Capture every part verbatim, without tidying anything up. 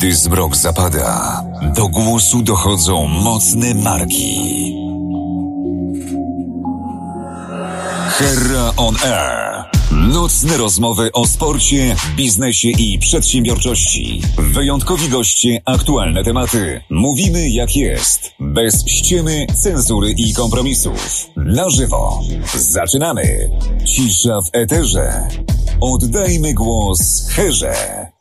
Gdy zmrok zapada, do głosu dochodzą mocne marki. Hera on Air. Nocne rozmowy o sporcie, biznesie i przedsiębiorczości. Wyjątkowi goście, aktualne tematy. Mówimy jak jest. Bez ściemy, cenzury i kompromisów. Na żywo. Zaczynamy. Cisza w eterze. Oddajmy głos Herze.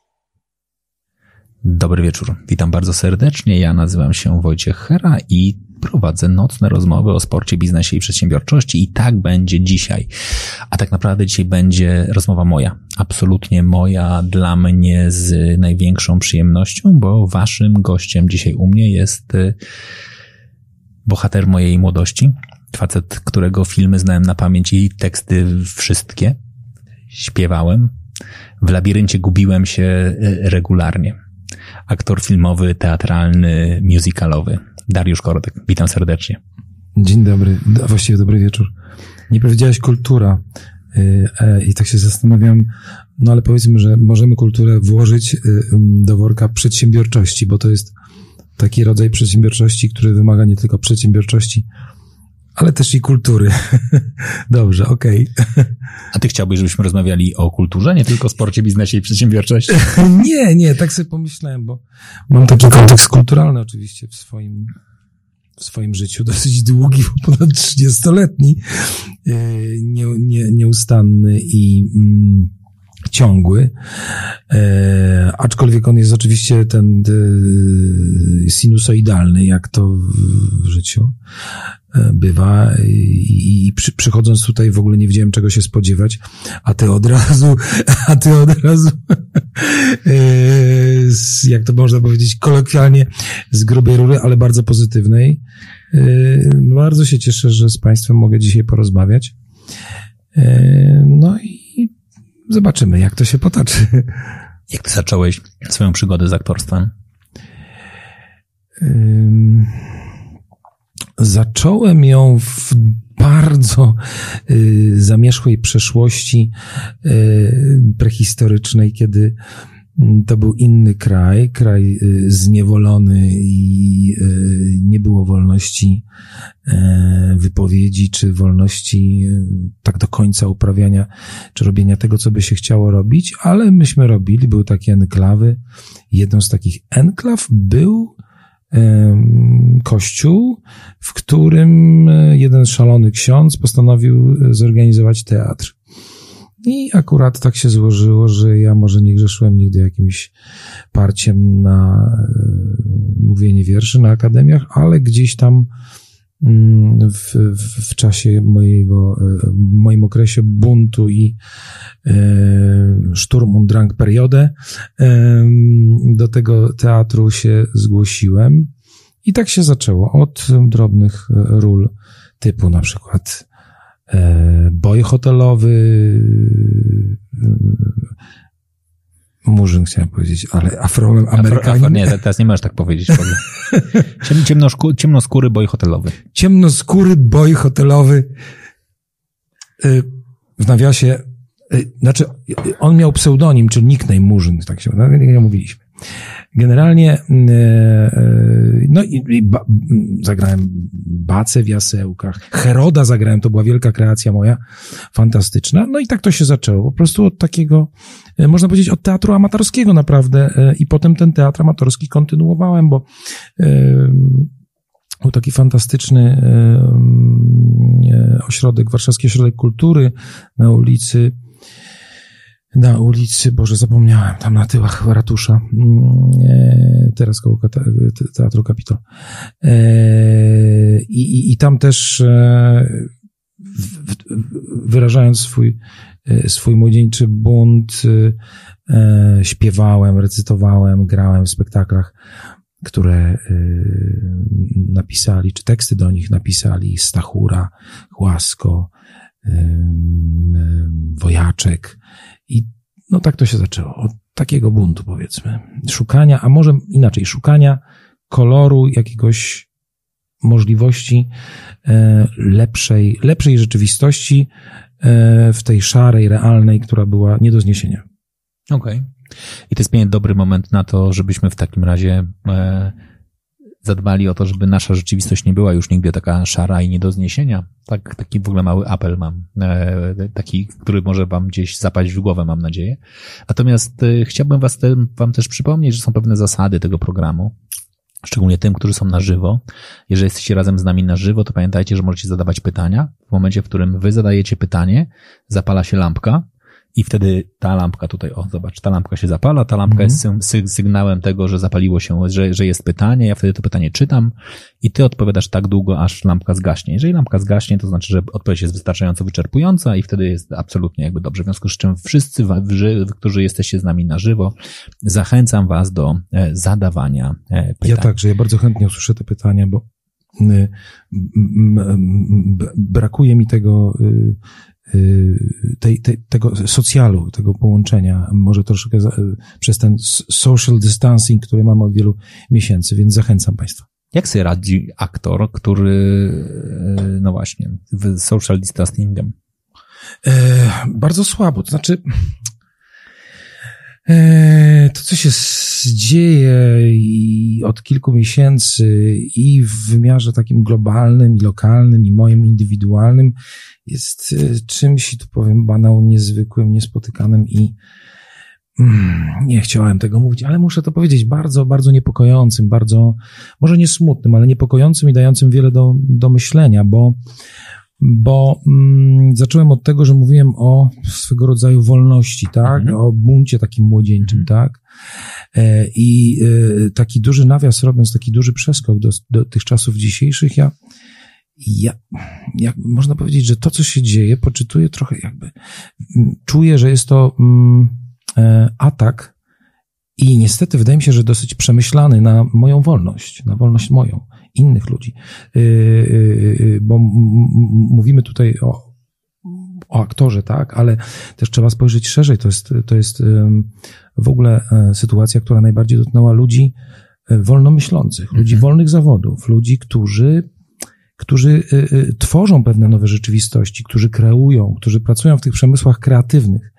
Dobry wieczór. Witam bardzo serdecznie. Ja nazywam się Wojciech Hera i prowadzę nocne rozmowy o sporcie, biznesie i przedsiębiorczości i tak będzie dzisiaj. A tak naprawdę dzisiaj będzie rozmowa moja. Absolutnie moja, dla mnie z największą przyjemnością, bo waszym gościem dzisiaj u mnie jest bohater mojej młodości. Facet, którego filmy znałem na pamięć i teksty wszystkie. Śpiewałem. W labiryncie gubiłem się regularnie. Aktor filmowy, teatralny, musicalowy. Dariusz Kordek. Witam serdecznie. Dzień dobry, a właściwie dobry wieczór. Nie powiedziałeś kultura i tak się zastanawiam, no ale powiedzmy, że możemy kulturę włożyć do worka przedsiębiorczości, bo to jest taki rodzaj przedsiębiorczości, który wymaga nie tylko przedsiębiorczości, ale też i kultury. Dobrze, okej. Okay. A ty chciałbyś, żebyśmy rozmawiali o kulturze, nie tylko o sporcie, biznesie i przedsiębiorczości? Nie, nie, tak sobie pomyślałem, bo mam taki kontekst kulturalny oczywiście w swoim, w swoim życiu, dosyć długi, ponad trzydziestoletni, nie, nie, nieustanny i mm, ciągły, e, aczkolwiek on jest oczywiście ten e, sinusoidalny, jak to w, w życiu bywa i, i przy, przychodząc tutaj w ogóle nie wiedziałem, czego się spodziewać, a ty od razu, a ty od razu z, jak to można powiedzieć kolokwialnie, z grubej rury, ale bardzo pozytywnej. Bardzo się cieszę, że z państwem mogę dzisiaj porozmawiać. No i zobaczymy, jak to się potoczy. Jak ty zacząłeś swoją przygodę z aktorstwem? Um... Zacząłem ją w bardzo y, zamierzchłej przeszłości y, prehistorycznej, kiedy to był inny kraj, kraj y, zniewolony i y, nie było wolności y, wypowiedzi, czy wolności y, tak do końca uprawiania, czy robienia tego, co by się chciało robić, ale myśmy robili, były takie enklawy. Jedną z takich enklaw był kościół, w którym jeden szalony ksiądz postanowił zorganizować teatr. I akurat tak się złożyło, że ja może nie grzeszyłem nigdy jakimś parciem na mówienie wierszy na akademiach, ale gdzieś tam w, w, w czasie mojego, w moim okresie buntu i e, Sturm und Drang periodę e, do tego teatru się zgłosiłem i tak się zaczęło od drobnych ról typu na przykład e, boj hotelowy, Murzyn chciałem powiedzieć, ale afroamerykanin. Afro, nie, teraz nie możesz tak powiedzieć. Ciem, ciemnoszku, ciemnoskóry boj hotelowy. Ciemnoskóry boj hotelowy. W nawiasie, znaczy on miał pseudonim, czy nickname Murzyn, tak się nie mówiliśmy. Generalnie no i, i ba, zagrałem Bacę w Jasełkach, Heroda zagrałem, to była wielka kreacja moja, fantastyczna, no i tak to się zaczęło, po prostu od takiego, można powiedzieć, od teatru amatorskiego naprawdę i potem ten teatr amatorski kontynuowałem, bo był taki fantastyczny ośrodek, Warszawski Ośrodek Kultury na ulicy Na ulicy, Boże, zapomniałem, tam na tyłach ratusza, teraz koło Teatru Kapitol. I, i, i tam też wyrażając swój, swój młodzieńczy bunt, śpiewałem, recytowałem, grałem w spektaklach, które napisali, czy teksty do nich napisali Stachura, Łasko, Wojaczek. I no tak to się zaczęło. Od takiego buntu, powiedzmy. Szukania, a może inaczej, szukania koloru, jakiegoś możliwości e, lepszej, lepszej rzeczywistości e, w tej szarej, realnej, która była nie do zniesienia. Okej. Okay. I to jest pewnie dobry moment na to, żebyśmy w takim razie e, zadbali o to, żeby nasza rzeczywistość nie była już nigdy taka szara i nie do zniesienia. Tak, taki w ogóle mały apel mam, e, taki, który może wam gdzieś zapaść w głowę, mam nadzieję. Natomiast e, chciałbym was te, wam też przypomnieć, że są pewne zasady tego programu, szczególnie tym, którzy są na żywo. Jeżeli jesteście razem z nami na żywo, to pamiętajcie, że możecie zadawać pytania. W momencie, w którym wy zadajecie pytanie, zapala się lampka i wtedy ta lampka tutaj, o zobacz, ta lampka się zapala, ta lampka mm-hmm. jest sy- sygnałem tego, że zapaliło się, że, że jest pytanie, ja wtedy to pytanie czytam i ty odpowiadasz tak długo, aż lampka zgaśnie. Jeżeli lampka zgaśnie, to znaczy, że odpowiedź jest wystarczająco wyczerpująca i wtedy jest absolutnie jakby dobrze. W związku z czym wszyscy, którzy jesteście z nami na żywo, zachęcam was do zadawania pytań. Ja także, ja bardzo chętnie usłyszę te pytania, bo brakuje mi tego Tej, tej, tego socjalu, tego połączenia, może troszkę za, przez ten social distancing, który mamy od wielu miesięcy, więc zachęcam Państwa. Jak sobie radzi aktor, który, no właśnie, w social distancingiem? E, bardzo słabo, to znaczy e, to, co się dzieje i od kilku miesięcy i w wymiarze takim globalnym i lokalnym i moim indywidualnym jest czymś, tu powiem, banał, niezwykłym, niespotykanym i mm, nie chciałem tego mówić, ale muszę to powiedzieć, bardzo, bardzo niepokojącym, bardzo, może nie smutnym, ale niepokojącym i dającym wiele do, do myślenia, bo, bo mm, zacząłem od tego, że mówiłem o swego rodzaju wolności, tak, mhm. o buncie takim młodzieńczym, mhm. tak, e, i e, taki duży nawias, robiąc taki duży przeskok do, do tych czasów dzisiejszych, ja Ja, jak można powiedzieć, że to, co się dzieje, poczytuję trochę jakby, czuję, że jest to mm, e, atak i niestety wydaje mi się, że dosyć przemyślany na moją wolność, na wolność moją, innych ludzi, y, y, bo m, m, mówimy tutaj o, o aktorze, tak, ale też trzeba spojrzeć szerzej, to jest, to jest y, w ogóle y, sytuacja, która najbardziej dotknęła ludzi y, wolnomyślących, ludzi mhm. wolnych zawodów, ludzi, którzy którzy y, y, tworzą pewne nowe rzeczywistości, którzy kreują, którzy pracują w tych przemysłach kreatywnych.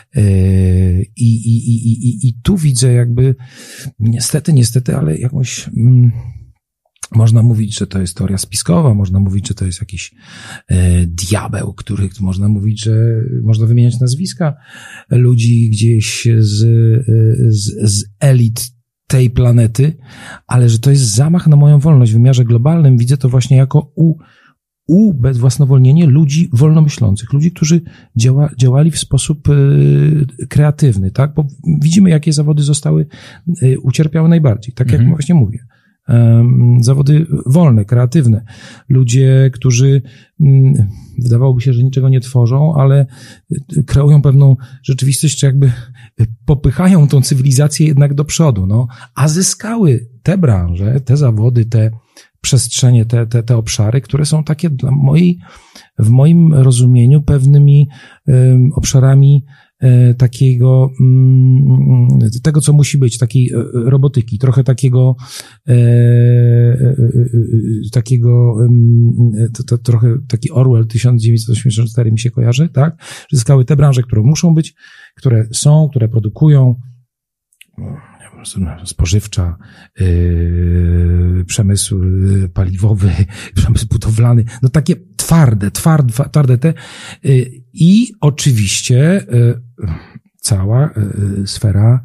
Y, i, i, i, i, I tu widzę jakby, niestety, niestety, ale jakąś, mm, można mówić, że to jest teoria spiskowa, można mówić, że to jest jakiś y, diabeł, który, można mówić, że można wymieniać nazwiska ludzi gdzieś z, y, z, z elit tej planety, ale że to jest zamach na moją wolność w wymiarze globalnym. Widzę to właśnie jako u, u bezwłasnowolnienie ludzi wolnomyślących, ludzi, którzy działa, działali w sposób y, kreatywny, tak? Bo widzimy, jakie zawody zostały, y, ucierpiały najbardziej, tak jak mhm. właśnie mówię. Zawody wolne, kreatywne. Ludzie, którzy wydawałoby się, że niczego nie tworzą, ale kreują pewną rzeczywistość, czy jakby popychają tą cywilizację jednak do przodu, no. A zyskały te branże, te zawody, te przestrzenie, te, te, te obszary, które są takie dla mojej, w moim rozumieniu pewnymi um, obszarami takiego, tego, co musi być, takiej robotyki, trochę takiego, takiego, to, to trochę taki Orwell tysiąc dziewięćset osiemdziesiąt cztery mi się kojarzy, tak? Że zyskały te branże, które muszą być, które są, które produkują, spożywcza, yy, przemysł paliwowy, przemysł budowlany, no takie twarde, twarde, twarde te yy, i oczywiście yy, cała yy, sfera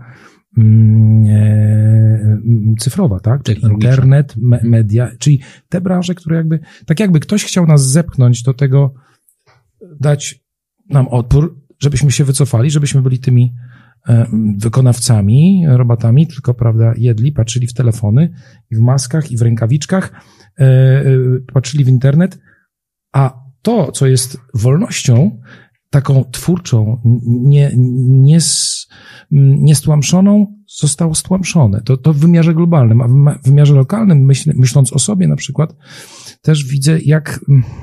yy, cyfrowa, tak? Czyli internet, me, media, czyli te branże, które jakby, tak jakby ktoś chciał nas zepchnąć do tego, dać nam odpór, żebyśmy się wycofali, żebyśmy byli tymi wykonawcami, robotami, tylko, prawda, jedli, patrzyli w telefony, i w maskach, i w rękawiczkach, patrzyli w internet, a to, co jest wolnością, taką twórczą, nie, nie, nie stłamszoną, zostało stłamszone. To, to w wymiarze globalnym, a w wymiarze lokalnym, myśl, myśląc o sobie na przykład, też widzę, jak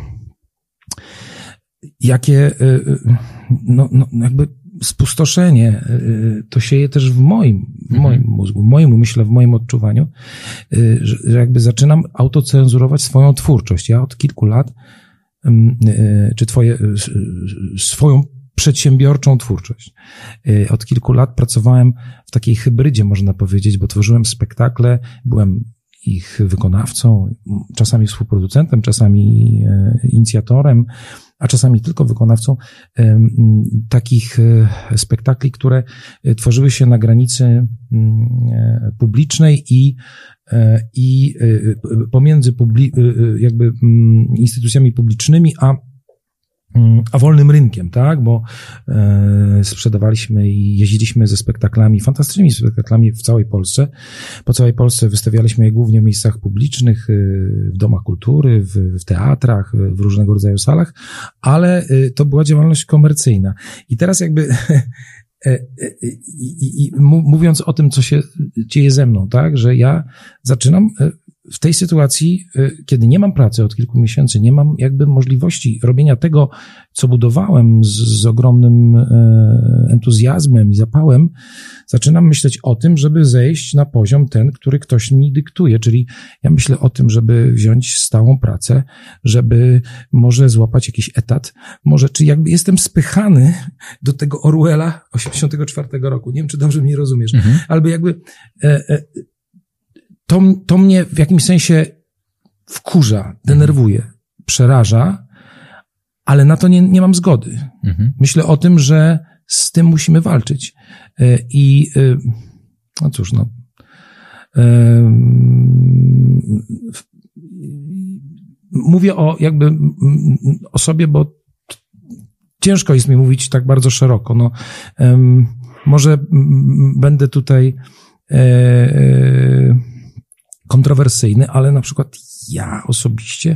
jakie, no, no jakby spustoszenie to sieje też w moim, w moim mózgu, w moim umyśle, w moim odczuwaniu, że, że jakby zaczynam autocenzurować swoją twórczość. Ja od kilku lat, czy twoje, swoją przedsiębiorczą twórczość. Od kilku lat pracowałem w takiej hybrydzie, można powiedzieć, bo tworzyłem spektakle, byłem ich wykonawcą, czasami współproducentem, czasami inicjatorem, a czasami tylko wykonawcą takich spektakli, które tworzyły się na granicy publicznej i, i pomiędzy publi- jakby instytucjami publicznymi, a a wolnym rynkiem, tak, bo e, sprzedawaliśmy i jeździliśmy ze spektaklami, fantastycznymi spektaklami w całej Polsce. Po całej Polsce wystawialiśmy je głównie w miejscach publicznych, e, w domach kultury, w, w teatrach, w różnego rodzaju salach, ale e, to była działalność komercyjna. I teraz jakby i, i, i mówiąc o tym, co się dzieje ze mną, tak, że ja zaczynam w tej sytuacji, kiedy nie mam pracy od kilku miesięcy, nie mam jakby możliwości robienia tego, co budowałem z, z ogromnym entuzjazmem i zapałem, zaczynam myśleć o tym, żeby zejść na poziom ten, który ktoś mi dyktuje, czyli ja myślę o tym, żeby wziąć stałą pracę, żeby może złapać jakiś etat, może, czy jakby jestem spychany do tego Orwella osiemdziesiątego czwartego roku, nie wiem, czy dobrze mnie rozumiesz, mhm. albo jakby e, e, To, to mnie w jakimś sensie wkurza, denerwuje, przeraża, ale na to nie, nie mam zgody. Mhm. Myślę o tym, że z tym musimy walczyć. I no cóż, no. Mówię o jakby o sobie, bo ciężko jest mi mówić tak bardzo szeroko. No, może będę tutaj kontrowersyjny, ale na przykład ja osobiście,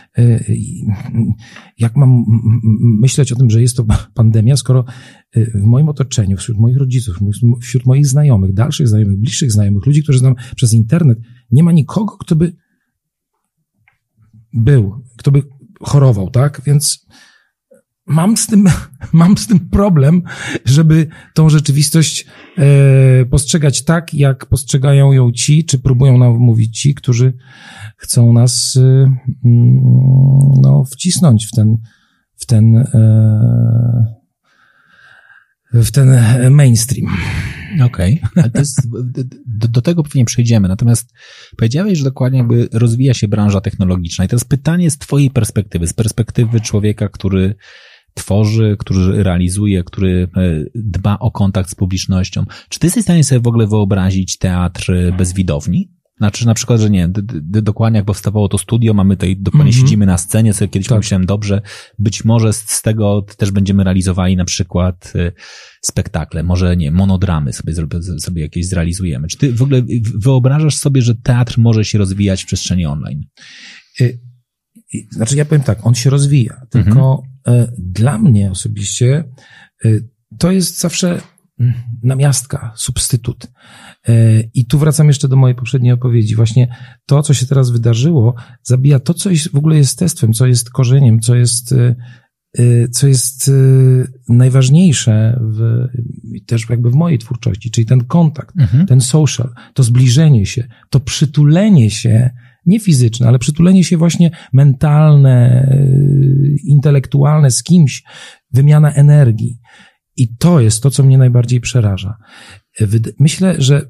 jak mam myśleć o tym, że jest to pandemia, skoro w moim otoczeniu, wśród moich rodziców, wśród moich znajomych, dalszych znajomych, bliższych znajomych, ludzi, którzy znam przez internet, nie ma nikogo, kto by był, kto by chorował, tak? Więc mam z tym, mam z tym problem, żeby tą rzeczywistość e, postrzegać tak, jak postrzegają ją ci, czy próbują nam mówić ci, którzy chcą nas e, no, wcisnąć w ten, w ten, e, w ten mainstream. Okej, okay. do, do tego pewnie przejdziemy. Natomiast powiedziałeś, że dokładnie jakby rozwija się branża technologiczna. I teraz pytanie z twojej perspektywy, z perspektywy człowieka, który tworzy, który realizuje, który dba o kontakt z publicznością. Czy ty jesteś w stanie sobie w ogóle wyobrazić teatr bez widowni? Znaczy na przykład, że nie, d- d- dokładnie jak powstawało to studio, mamy tutaj, dokładnie mm-hmm. siedzimy na scenie, sobie kiedyś tak. pomyślałem, dobrze, być może z, z tego też będziemy realizowali na przykład y, spektakle, może nie, monodramy sobie, sobie jakieś zrealizujemy. Czy ty w ogóle wyobrażasz sobie, że teatr może się rozwijać w przestrzeni online? Y- Znaczy ja powiem tak, on się rozwija, tylko mhm. dla mnie osobiście to jest zawsze namiastka, substytut. I tu wracam jeszcze do mojej poprzedniej opowiedzi. Właśnie to, co się teraz wydarzyło, zabija to, co jest, w ogóle jest jestestwem, co jest korzeniem, co jest, co jest najważniejsze w, też jakby w mojej twórczości, czyli ten kontakt, mhm. ten social, to zbliżenie się, to przytulenie się, nie fizyczne, ale przytulenie się właśnie mentalne, intelektualne z kimś, wymiana energii. I to jest to, co mnie najbardziej przeraża. Myślę, że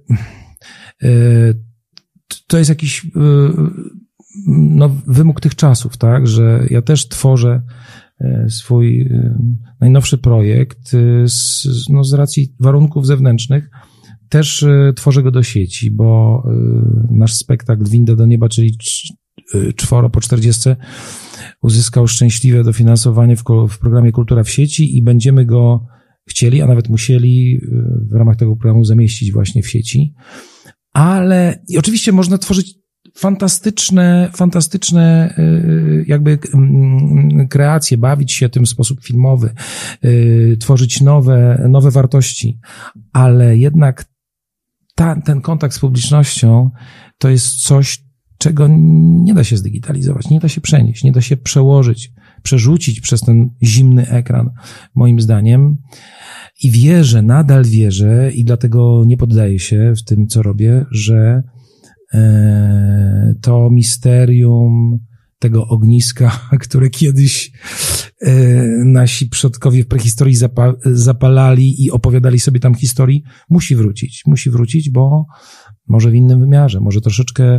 to jest jakiś no, wymóg tych czasów, tak, że ja też tworzę swój najnowszy projekt z, no, z racji warunków zewnętrznych. Też tworzę go do sieci, bo nasz spektakl Winda do nieba, czyli czworo po czterdziestce, uzyskał szczęśliwe dofinansowanie w, w programie Kultura w sieci i będziemy go chcieli, a nawet musieli w ramach tego programu zamieścić właśnie w sieci. Ale i oczywiście można tworzyć fantastyczne, fantastyczne jakby kreacje, bawić się tym w sposób filmowy, tworzyć nowe, nowe wartości, ale jednak ta, ten kontakt z publicznością to jest coś, czego nie da się zdigitalizować, nie da się przenieść, nie da się przełożyć, przerzucić przez ten zimny ekran, moim zdaniem. I wierzę, nadal wierzę i dlatego nie poddaję się w tym, co robię, że to misterium tego ogniska, które kiedyś e, nasi przodkowie w prehistorii zapa- zapalali i opowiadali sobie tam historii, musi wrócić. Musi wrócić, bo może w innym wymiarze, może troszeczkę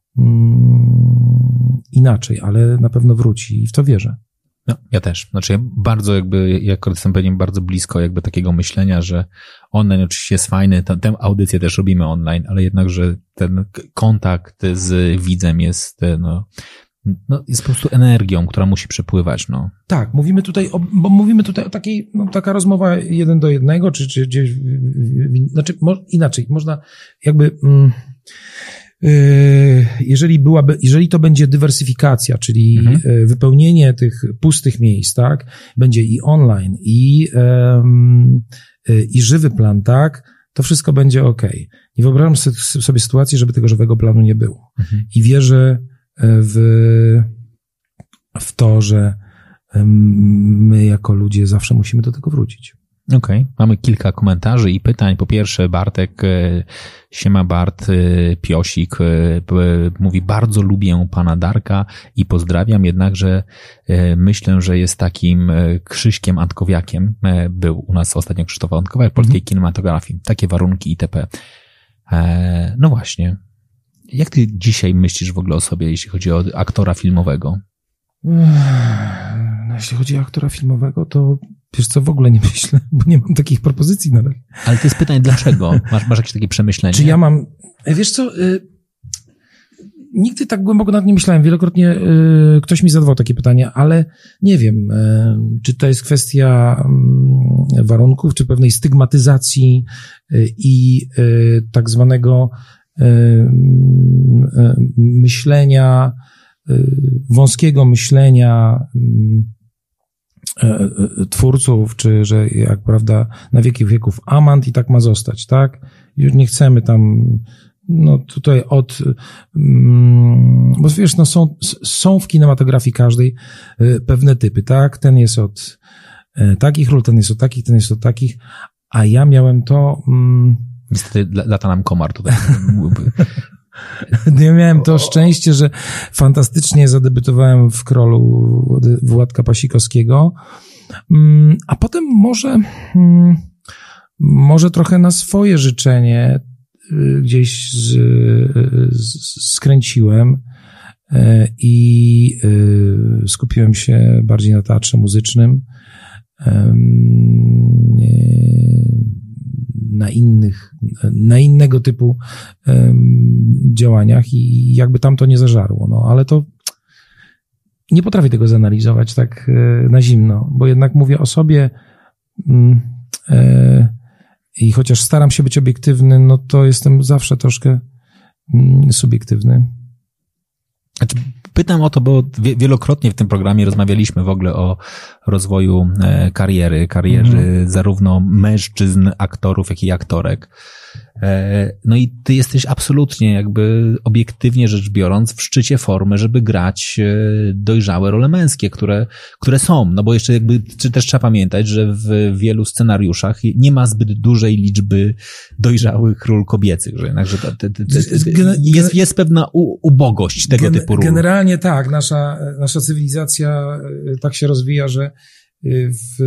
mm, inaczej, ale na pewno wróci i w to wierzę. No, ja też. Znaczy ja bardzo jakby, jak jestem pewien, bardzo blisko jakby takiego myślenia, że online oczywiście jest fajny, tę, tę audycję też robimy online, ale jednak, że ten kontakt z widzem jest, no, no jest po prostu energią, która musi przepływać, no. Tak, mówimy tutaj o, bo mówimy tutaj o takiej, no taka rozmowa jeden do jednego, czy, czy gdzieś, znaczy mo, inaczej, można jakby, mm, jeżeli byłaby, jeżeli to będzie dywersyfikacja, czyli mhm. wypełnienie tych pustych miejsc, tak, będzie i online, i, um, i żywy plan, tak, to wszystko będzie okej. Nie wyobrażam sobie sytuacji, żeby tego żywego planu nie było. Mhm. I wierzę w, w to, że my jako ludzie zawsze musimy do tego wrócić. Okej, okay. Mamy kilka komentarzy i pytań. Po pierwsze, Bartek, siema Bart, Piosik, mówi: bardzo lubię pana Darka i pozdrawiam, jednakże myślę, że jest takim Krzyśkiem Antkowiakiem. Był u nas ostatnio Krzysztof Antkowiak, polskiej mm. kinematografii. Takie warunki itp. No właśnie. Jak ty dzisiaj myślisz w ogóle o sobie, jeśli chodzi o aktora filmowego? No, jeśli chodzi o aktora filmowego, to wiesz co, w ogóle nie myślę, bo nie mam takich propozycji nawet. Ale to jest pytanie, dlaczego? Masz, masz jakieś takie przemyślenie? Czy ja mam... Wiesz co, y... nigdy tak głęboko nad nie myślałem. Wielokrotnie y... ktoś mi zadawał takie pytania, ale nie wiem, y... czy to jest kwestia y... warunków, czy pewnej stygmatyzacji y... i y... tak zwanego y... Y... myślenia, y... wąskiego myślenia y... twórców, czy że jak prawda na wieki wieków amant i tak ma zostać, tak? Już nie chcemy tam, no tutaj od, bo wiesz, no są, są w kinematografii każdej pewne typy, tak? Ten jest od takich ról, ten jest od takich, ten jest od takich, a ja miałem to... Mm, Niestety lata nam komar tutaj. Ja miałem to szczęście, że fantastycznie zadebiutowałem w Królu Władka Pasikowskiego, a potem może, może trochę na swoje życzenie gdzieś z, z, skręciłem i skupiłem się bardziej na teatrze muzycznym, na innych, na innego typu um, działaniach i jakby tam to nie zażarło, no, ale to nie potrafię tego zanalizować tak e, na zimno, bo jednak mówię o sobie mm, e, i chociaż staram się być obiektywny, no to jestem zawsze troszkę mm, subiektywny. Pytam o to, bo wielokrotnie w tym programie rozmawialiśmy w ogóle o rozwoju kariery, kariery mm. zarówno mężczyzn, aktorów, jak i aktorek. No i ty jesteś absolutnie jakby obiektywnie rzecz biorąc w szczycie formy, żeby grać dojrzałe role męskie, które, które są. No bo jeszcze jakby czy też trzeba pamiętać, że w wielu scenariuszach nie ma zbyt dużej liczby dojrzałych ról kobiecych, że jednakże to, to, to, to jest, jest pewna u, ubogość tego Gen, typu ról. Generalnie tak, nasza, nasza cywilizacja tak się rozwija, że w,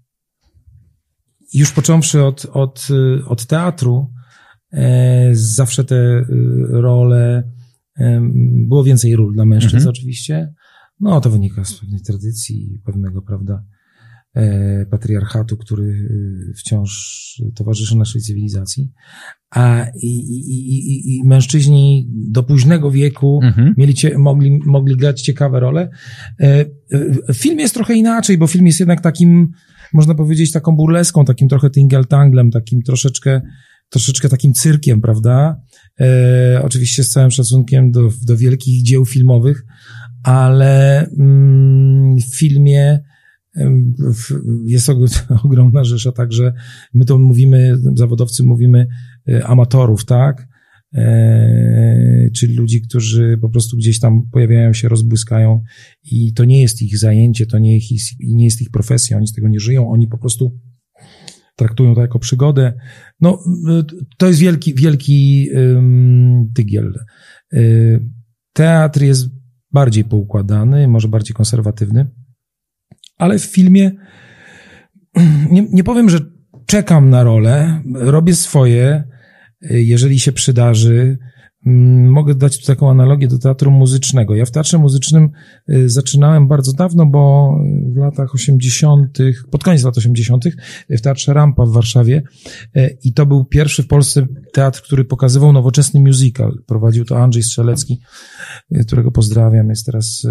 już począwszy od, od, od teatru, E, zawsze te role, e, było więcej ról dla mężczyzn mhm. oczywiście, no to wynika z pewnej tradycji, pewnego, prawda, e, patriarchatu, który wciąż towarzyszy naszej cywilizacji, a i, i, i, i mężczyźni do późnego wieku mhm. mieli, cie, mogli, mogli grać ciekawe role. E, e, film jest trochę inaczej, bo film jest jednak takim, można powiedzieć, taką burleską, takim trochę tingle-tanglem, takim troszeczkę troszeczkę takim cyrkiem, prawda? E, oczywiście z całym szacunkiem do, do wielkich dzieł filmowych, ale mm, w filmie w, jest ogromna rzesza, także my to mówimy, zawodowcy mówimy e, amatorów, tak? E, czyli ludzi, którzy po prostu gdzieś tam pojawiają się, rozbłyskają i to nie jest ich zajęcie, to nie jest ich, nie jest ich profesja, oni z tego nie żyją, oni po prostu traktują to jako przygodę. No, to jest wielki, wielki um, tygiel. Teatr jest bardziej poukładany, może bardziej konserwatywny, ale w filmie nie, nie powiem, że czekam na rolę, robię swoje, jeżeli się przydarzy. Mogę dać tu taką analogię do teatru muzycznego. Ja w teatrze muzycznym zaczynałem bardzo dawno, bo w latach osiemdziesiątych, pod koniec lat osiemdziesiątych w Teatrze Rampa w Warszawie i to był pierwszy w Polsce teatr, który pokazywał nowoczesny musical. Prowadził to Andrzej Strzelecki, którego pozdrawiam. Jest teraz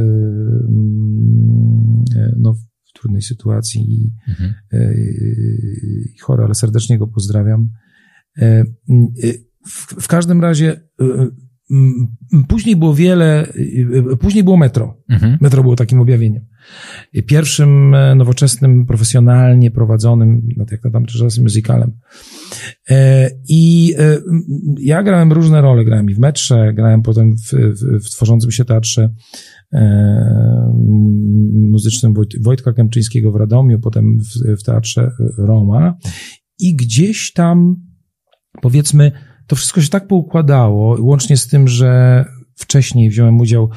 no, w trudnej sytuacji i, mhm. i chory, ale serdecznie go pozdrawiam. W, w każdym razie później było wiele, później było metro. Mhm. Metro było takim objawieniem. Pierwszym nowoczesnym, profesjonalnie prowadzonym, jak to tam czasem, musicalem. I ja grałem różne role. Grałem i w metrze, grałem potem w, w, w tworzącym się teatrze muzycznym Wojt, Wojtka Kępczyńskiego w Radomiu, potem w, w teatrze Roma. I gdzieś tam, powiedzmy, to wszystko się tak poukładało, łącznie z tym, że wcześniej wziąłem udział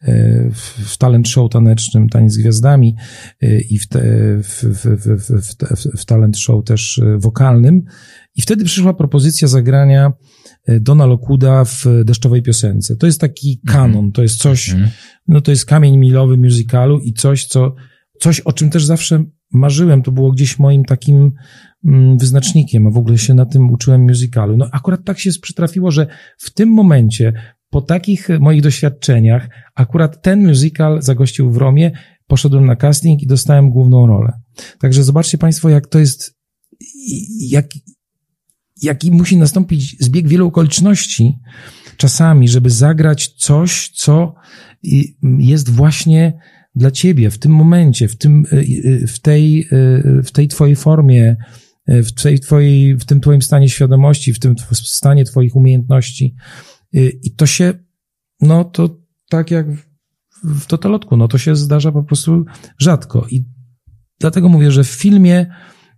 w talent show tanecznym Taniec z Gwiazdami i w, te, w, w, w, w, w talent show też wokalnym. I wtedy przyszła propozycja zagrania Dona Lockwooda w Deszczowej piosence. To jest taki kanon, to jest coś, no to jest kamień milowy musicalu i coś, co, coś, o czym też zawsze marzyłem, to było gdzieś moim takim wyznacznikiem, a w ogóle się na tym uczyłem musicalu. No akurat tak się przytrafiło, że w tym momencie, po takich moich doświadczeniach, akurat ten musical zagościł w Romie, poszedłem na casting i dostałem główną rolę. Także zobaczcie Państwo, jak to jest, jak, jaki musi nastąpić zbieg wielu okoliczności czasami, żeby zagrać coś, co jest właśnie dla ciebie w tym momencie, w tym, w tej, w tej twojej formie, w tej twojej, w tym twoim stanie świadomości, w tym stanie twoich umiejętności. I to się, no to tak jak w totolotku, no to się zdarza po prostu rzadko. I dlatego mówię, że w filmie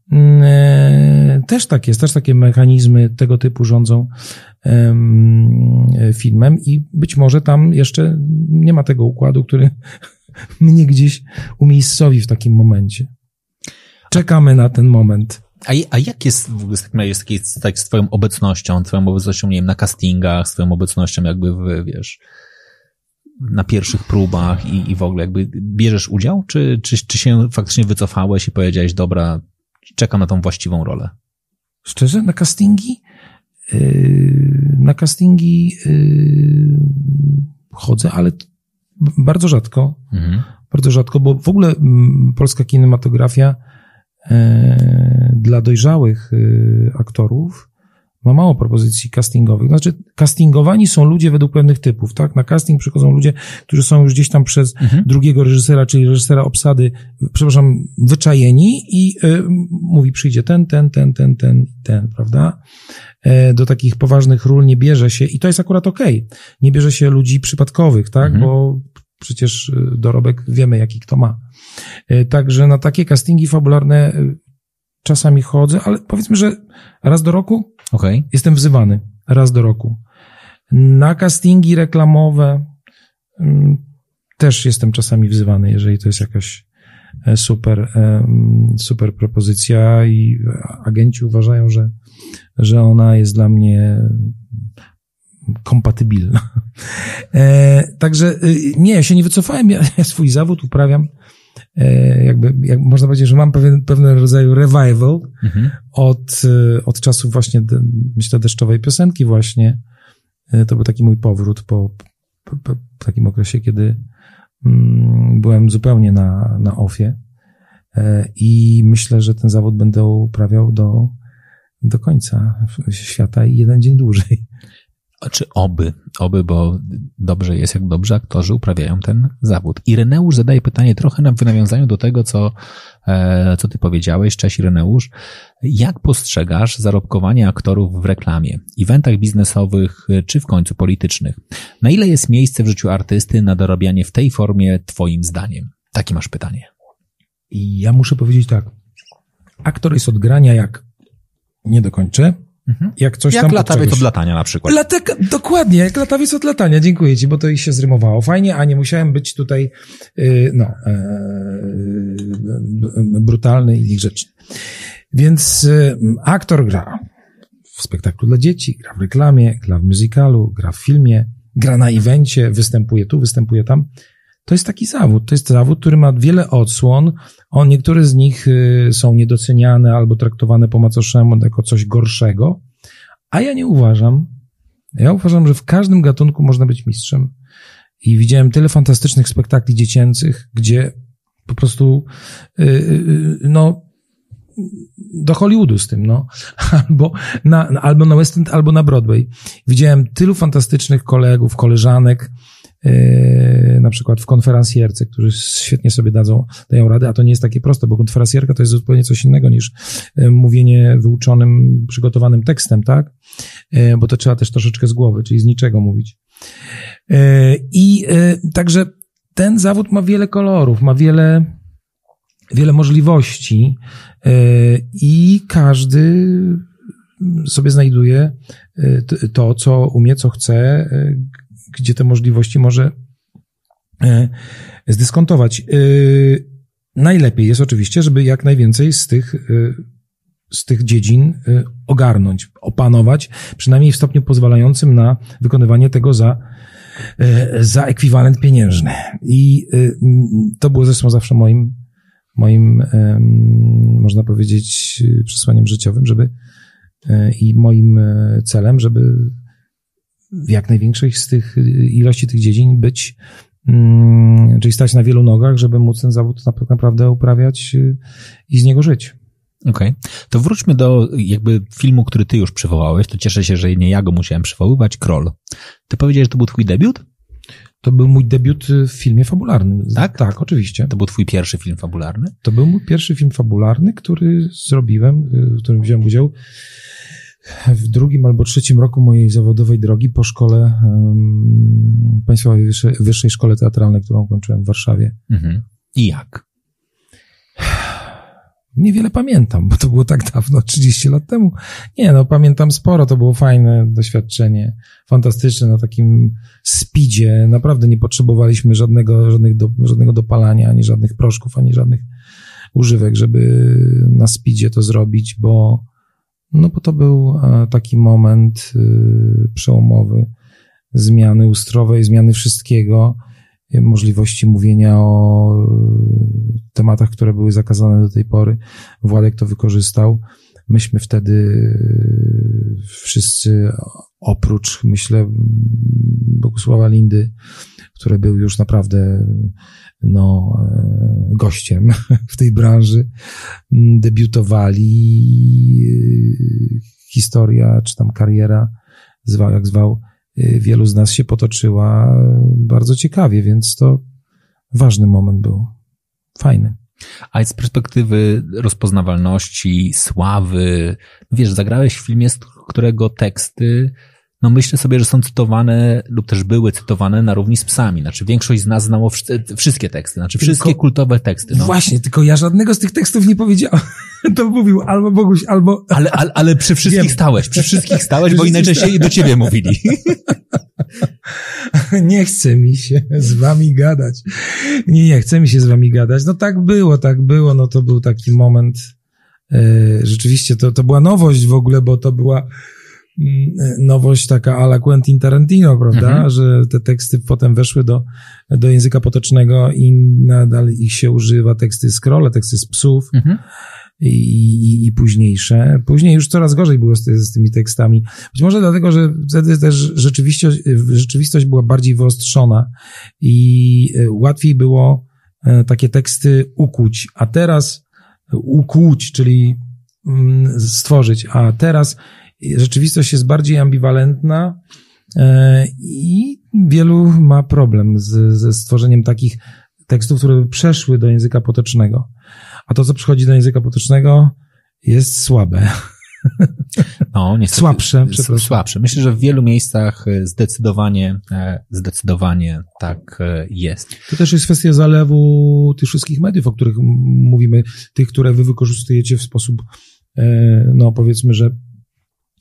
e, też tak jest, też takie mechanizmy tego typu rządzą e, filmem i być może tam jeszcze nie ma tego układu, który mnie gdzieś umiejscowi w takim momencie. Czekamy na ten moment. A, a jak jest w ogóle jest taki, tak z twoją obecnością, twoją obecnością, nie wiem, na castingach, z twoją obecnością jakby w, wiesz, na pierwszych próbach i, i w ogóle jakby bierzesz udział, czy, czy, czy się faktycznie wycofałeś i powiedziałeś, dobra, czekam na tą właściwą rolę? Szczerze, na castingi? Yy, na castingi yy, chodzę, ale bardzo rzadko. Mhm. Bardzo rzadko, bo w ogóle m, polska kinematografia e, dla dojrzałych e, aktorów ma mało propozycji castingowych. Znaczy, castingowani są ludzie według pewnych typów, tak? Na casting przychodzą ludzie, którzy są już gdzieś tam przez mhm. drugiego reżysera, czyli reżysera obsady, przepraszam, wyczajeni i e, mówi, przyjdzie ten, ten, ten, ten, ten, ten, prawda? E, do takich poważnych ról nie bierze się, i to jest akurat okej, okay. Nie bierze się ludzi przypadkowych, tak? Mhm. Bo przecież dorobek wiemy, jaki kto ma. Także na takie castingi fabularne czasami chodzę, ale powiedzmy, że raz do roku okay. jestem wzywany. Raz do roku. Na castingi reklamowe też jestem czasami wzywany, jeżeli to jest jakaś super, super propozycja i agenci uważają, że, że ona jest dla mnie kompatybilna. E, także nie, ja się nie wycofałem, ja, ja swój zawód uprawiam, e, jakby, jak można powiedzieć, że mam pewien, pewien rodzaj revival mhm. od, od czasów właśnie, de, myślę, Deszczowej piosenki właśnie. E, to był taki mój powrót po, po, po takim okresie, kiedy mm, byłem zupełnie na, na ofie e, i myślę, że ten zawód będę uprawiał do, do końca świata i jeden dzień dłużej. Czy oby, oby, bo dobrze jest, jak dobrze aktorzy uprawiają ten zawód. Ireneusz zadaje pytanie trochę w nawiązaniu do tego, co, co ty powiedziałeś. Cześć Ireneusz. Jak postrzegasz zarobkowanie aktorów w reklamie, eventach biznesowych czy w końcu politycznych? Na ile jest miejsce w życiu artysty na dorabianie w tej formie twoim zdaniem? Takie masz pytanie. I ja muszę powiedzieć tak. Aktor jest od grania, jak nie dokończę. Mhm. Jak coś jak tam latawiec od latania na przykład. Latek, dokładnie, jak latawiec od latania. Dziękuję ci, bo to i się zrymowało. Fajnie, a nie musiałem być tutaj yy, no yy, brutalny i niegrzeczny. Więc yy, aktor gra w spektaklu dla dzieci, gra w reklamie, gra w musicalu, gra w filmie, gra na evencie, występuje tu, występuje tam. To jest taki zawód. To jest zawód, który ma wiele odsłon. O, niektóre z nich y, są niedoceniane albo traktowane po macoszemu jako coś gorszego. A ja nie uważam. Ja uważam, że w każdym gatunku można być mistrzem. I widziałem tyle fantastycznych spektakli dziecięcych, gdzie po prostu y, y, no do Hollywoodu z tym, no. Albo na, albo na West End, albo na Broadway. Widziałem tylu fantastycznych kolegów, koleżanek, Yy, na przykład w konferencjerce, którzy świetnie sobie dadzą, dają radę, a to nie jest takie proste, bo konferencjerka to jest zupełnie coś innego niż yy, mówienie wyuczonym, przygotowanym tekstem, tak? Yy, bo to trzeba też troszeczkę z głowy, czyli z niczego mówić. Yy, I yy, także ten zawód ma wiele kolorów, ma wiele, wiele możliwości yy, i każdy sobie znajduje yy, to, co umie, co chce, yy, gdzie te możliwości może e, zdyskontować. E, najlepiej jest oczywiście, żeby jak najwięcej z tych, e, z tych dziedzin e, ogarnąć, opanować, przynajmniej w stopniu pozwalającym na wykonywanie tego za, e, za ekwiwalent pieniężny. I e, to było zresztą zawsze moim, moim e, można powiedzieć, przesłaniem życiowym, żeby e, i moim celem, żeby w jak największej z tych ilości tych dziedzin być, mm, czyli stać na wielu nogach, żeby móc ten zawód tak naprawdę uprawiać i z niego żyć. Okej. Okay. To wróćmy do jakby filmu, który ty już przywołałeś. To cieszę się, że nie ja go musiałem przywoływać. Kroll. Ty powiedziałeś, że to był twój debiut? To był mój debiut w filmie fabularnym. Tak? Tak, oczywiście. To był twój pierwszy film fabularny? To był mój pierwszy film fabularny, który zrobiłem, w którym wziąłem udział w drugim albo trzecim roku mojej zawodowej drogi po szkole, um, Państwowej Wyższej, Wyższej Szkole Teatralnej, którą kończyłem w Warszawie. Mhm. I jak? Niewiele pamiętam, bo to było tak dawno, trzydzieści lat temu. Nie, no pamiętam sporo, to było fajne doświadczenie, fantastyczne, na takim speedzie. Naprawdę nie potrzebowaliśmy żadnego, żadnych do, żadnego dopalania, ani żadnych proszków, ani żadnych używek, żeby na speedzie to zrobić, bo no bo to był taki moment przełomowy, zmiany ustrojowej, zmiany wszystkiego, możliwości mówienia o tematach, które były zakazane do tej pory. Władek to wykorzystał. Myśmy wtedy wszyscy, oprócz, myślę, Bogusława Lindy, który był już naprawdę no, gościem w tej branży, debiutowali. Historia, czy tam kariera, zwał jak zwał, wielu z nas się potoczyła bardzo ciekawie, więc to ważny moment był. Fajny. A z perspektywy rozpoznawalności, sławy, wiesz, zagrałeś w filmie, z którego teksty, no myślę sobie, że są cytowane lub też były cytowane na równi z Psami. Znaczy większość z nas znało wszystkie teksty, znaczy wszystkie tylko, kultowe teksty. No. Właśnie, tylko ja żadnego z tych tekstów nie powiedziałem. To mówił albo Boguś, albo... Ale, ale, ale przy wszystkich Wiem. stałeś, przy wszystkich stałeś, bo najczęściej do ciebie mówili. Nie chce mi się z wami gadać. Nie, nie chce mi się z wami gadać. No tak było, tak było. No to był taki moment, e, rzeczywiście to, to była nowość w ogóle, bo to była nowość taka a la Quentin Tarantino, prawda, mhm. że te teksty potem weszły do, do języka potocznego i nadal ich się używa, teksty z Krolla, teksty z Psów mhm. i, i, i późniejsze. Później już coraz gorzej było z, z tymi tekstami. Być może dlatego, że wtedy też rzeczywistość, rzeczywistość była bardziej wyostrzona i łatwiej było takie teksty ukuć, a teraz ukłuć, czyli stworzyć, a teraz rzeczywistość jest bardziej ambiwalentna i wielu ma problem z, ze stworzeniem takich tekstów, które by przeszły do języka potocznego. A to, co przychodzi do języka potocznego, jest słabe. No, niestety, słabsze, przepraszam. Słabsze. Myślę, że w wielu miejscach zdecydowanie, zdecydowanie tak jest. To też jest kwestia zalewu tych wszystkich mediów, o których mówimy, tych, które wy wykorzystujecie w sposób, no powiedzmy, że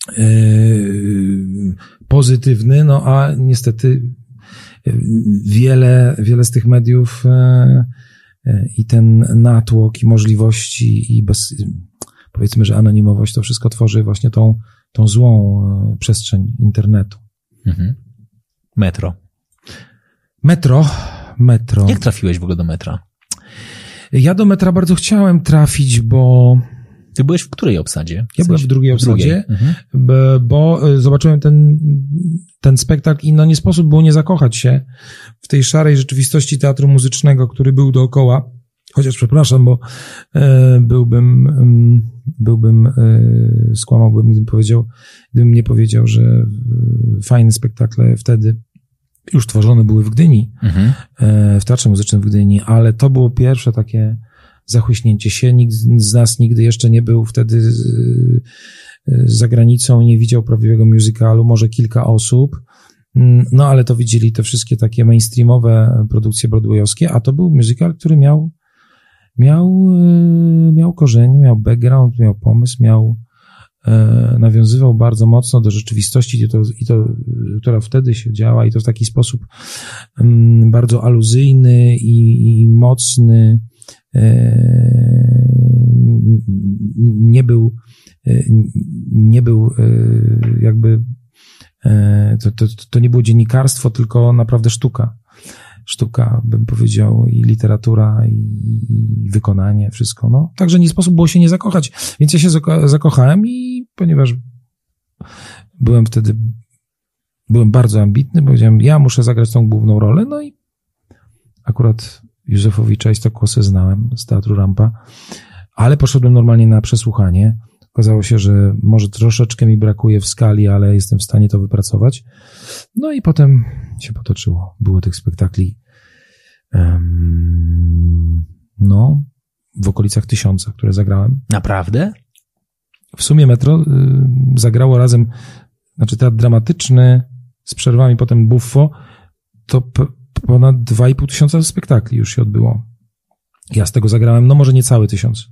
pozytywny, no a niestety wiele, wiele z tych mediów i ten natłok i możliwości i bez, powiedzmy, że anonimowość, to wszystko tworzy właśnie tą, tą złą przestrzeń internetu. Mhm. Metro. Metro. Metro. Jak trafiłeś w ogóle do metra? Ja do metra bardzo chciałem trafić, bo... Ty byłeś w której obsadzie? W ja sensie? byłem w drugiej obsadzie, w drugiej. Mhm. bo, bo zobaczyłem ten, ten spektakl i no nie sposób było nie zakochać się w tej szarej rzeczywistości teatru muzycznego, który był dookoła. Chociaż przepraszam, bo e, byłbym, e, byłbym, e, skłamałbym, gdybym powiedział, gdybym nie powiedział, że e, fajne spektakle wtedy już tworzone były w Gdyni, mhm. e, w Teatrze Muzycznym w Gdyni, ale to było pierwsze takie zachłyśnięcie się. Nikt z nas nigdy jeszcze nie był wtedy z, z za granicą, nie widział prawdziwego musicalu, może kilka osób, no ale to widzieli te wszystkie takie mainstreamowe produkcje broadwayowskie, a to był musical, który miał miał, miał korzenie, miał background, miał pomysł, miał nawiązywał bardzo mocno do rzeczywistości, i to, i to, która wtedy się działa, i to w taki sposób bardzo aluzyjny i, i mocny. Nie był, nie był jakby, to, to, to nie było dziennikarstwo, tylko naprawdę sztuka. Sztuka, bym powiedział, i literatura, i, i wykonanie, wszystko. No, także nie sposób było się nie zakochać. Więc ja się zako- zakochałem i ponieważ byłem wtedy, byłem bardzo ambitny, powiedziałem, ja muszę zagrać tą główną rolę, no i akurat Józefowicza i Stokłosę znałem z Teatru Rampa, ale poszedłem normalnie na przesłuchanie. Okazało się, że może troszeczkę mi brakuje w skali, ale jestem w stanie to wypracować. No i potem się potoczyło. Było tych spektakli um, no, w okolicach tysiąca, które zagrałem. Naprawdę? W sumie Metro y, zagrało razem, znaczy teatr dramatyczny z przerwami, potem Buffo, to p- ponad dwa i pół tysiąca spektakli już się odbyło. Ja z tego zagrałem, no może nie cały tysiąc.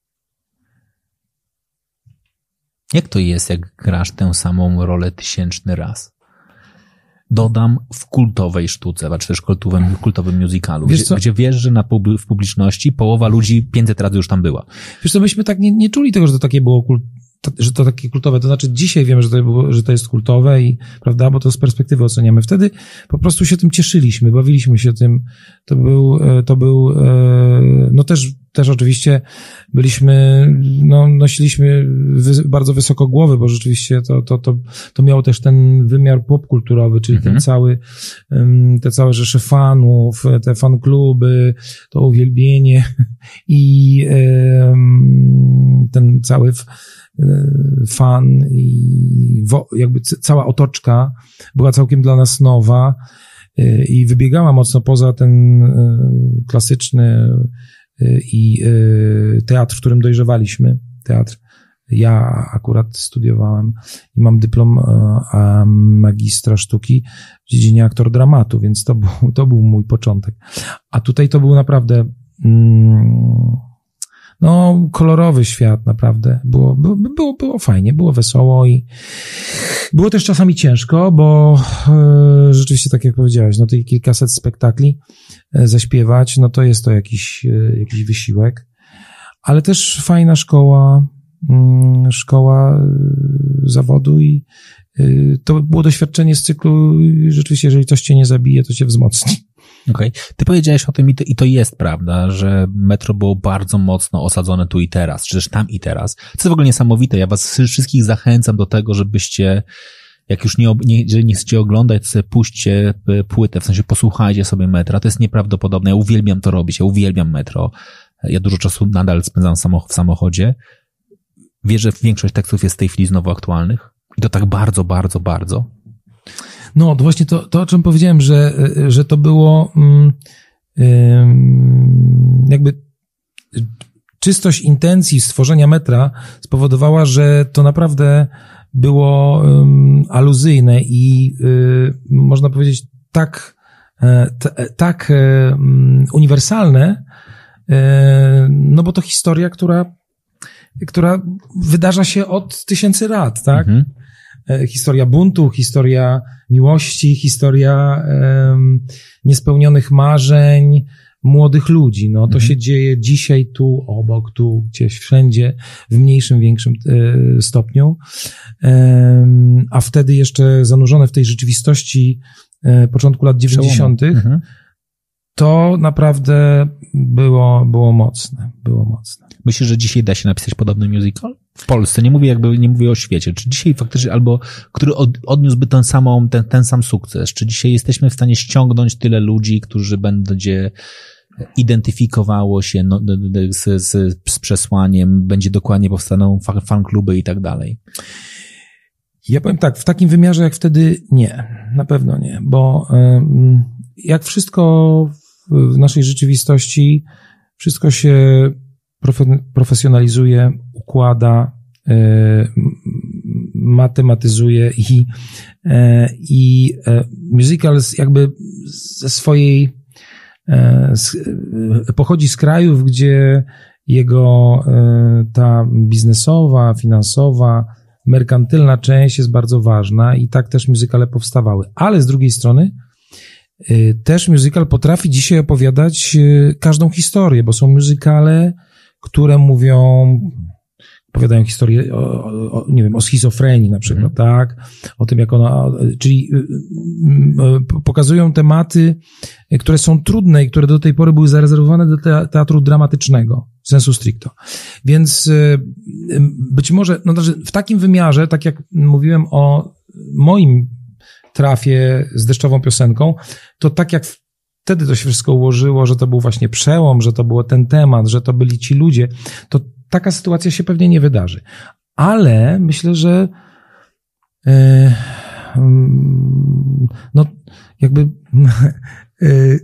Jak to jest, jak grasz tę samą rolę tysięczny raz? Dodam w kultowej sztuce, czy też kultowym, kultowym musicalu, wiesz gdzie, gdzie wiesz, że na pub- w publiczności połowa ludzi pięćset razy już tam była. Wiesz co, myśmy tak nie, nie czuli tego, że to takie było kult, że to takie kultowe, to znaczy dzisiaj wiemy, że to, było, że to jest kultowe i, prawda, bo to z perspektywy oceniamy. Wtedy po prostu się tym cieszyliśmy, bawiliśmy się tym. To był, to był, no też, też oczywiście byliśmy, no nosiliśmy wy, bardzo wysoko głowy, bo rzeczywiście to, to, to, to miało też ten wymiar popkulturowy, czyli mhm. ten cały, te całe rzesze fanów, te fankluby, to uwielbienie i ten cały fan i wo, jakby cała otoczka była całkiem dla nas nowa i wybiegała mocno poza ten klasyczny i teatr, w którym dojrzewaliśmy. Teatr. Ja akurat studiowałem i mam dyplom magistra sztuki w dziedzinie aktor dramatu, więc to był, to był mój początek. A tutaj to był naprawdę no, kolorowy świat, naprawdę. Było, było, było fajnie, było wesoło i było też czasami ciężko, bo e, rzeczywiście, tak jak powiedziałeś, no tych kilkaset spektakli e, zaśpiewać, no to jest to jakiś, e, jakiś wysiłek, ale też fajna szkoła, mm, szkoła e, zawodu i e, to było doświadczenie z cyklu, rzeczywiście, jeżeli coś cię nie zabije, to cię wzmocni. Okej. Okay. Ty powiedziałeś o tym i to, i to jest prawda, że Metro było bardzo mocno osadzone tu i teraz, czy też tam i teraz. Co jest w ogóle niesamowite. Ja was wszystkich zachęcam do tego, żebyście, jak już nie, nie, jeżeli nie chcecie oglądać, to sobie puśćcie płytę, w sensie posłuchajcie sobie Metra. To jest nieprawdopodobne. Ja uwielbiam to robić. Ja uwielbiam Metro. Ja dużo czasu nadal spędzam w samochodzie. Wierzę, że większość tekstów jest w tej chwili znowu aktualnych. I to tak bardzo, bardzo, bardzo. No, to właśnie to, to o czym powiedziałem, że, że to było um, um, jakby czystość intencji stworzenia Metra spowodowała, że to naprawdę było um, aluzyjne i um, można powiedzieć tak, t, tak um, uniwersalne, um, no bo to historia, która, która wydarza się od tysięcy lat, tak? Mhm. historia buntu, historia miłości, historia um, niespełnionych marzeń młodych ludzi. No to mhm. się dzieje dzisiaj tu, obok, tu, gdzieś, wszędzie, w mniejszym, większym e, stopniu. E, a wtedy jeszcze zanurzone w tej rzeczywistości e, początku lat dziewięćdziesiątych Mhm. to naprawdę było, było mocne, było mocne. Myślisz, że dzisiaj da się napisać podobny musical? W Polsce, nie mówię jakby, nie mówię o świecie. Czy dzisiaj faktycznie, albo który od, odniósłby ten, samą, ten, ten sam sukces? Czy dzisiaj jesteśmy w stanie ściągnąć tyle ludzi, którzy będzie identyfikowało się no, z, z, z przesłaniem, będzie dokładnie powstaną fankluby i tak dalej? Ja powiem tak, w takim wymiarze jak wtedy nie, na pewno nie, bo y, jak wszystko w naszej rzeczywistości, wszystko się profesjonalizuje, układa, y, matematyzuje i, y, i musical jakby ze swojej y, pochodzi z krajów, gdzie jego y, ta biznesowa, finansowa, merkantylna część jest bardzo ważna i tak też musicale powstawały. Ale z drugiej strony y, też musical potrafi dzisiaj opowiadać y, każdą historię, bo są musicale, które mówią, opowiadają historię o, o, nie wiem, o schizofrenii na przykład, mm. tak? O tym, jak ona, czyli y, y, pokazują tematy, które są trudne i które do tej pory były zarezerwowane do te, teatru dramatycznego, sensu stricto. Więc y, być może, no znaczy w takim wymiarze, tak jak mówiłem o moim trafie z Deszczową piosenką, to tak jak wtedy to się wszystko ułożyło, że to był właśnie przełom, że to był ten temat, że to byli ci ludzie, to taka sytuacja się pewnie nie wydarzy. Ale myślę, że yy, no jakby yy,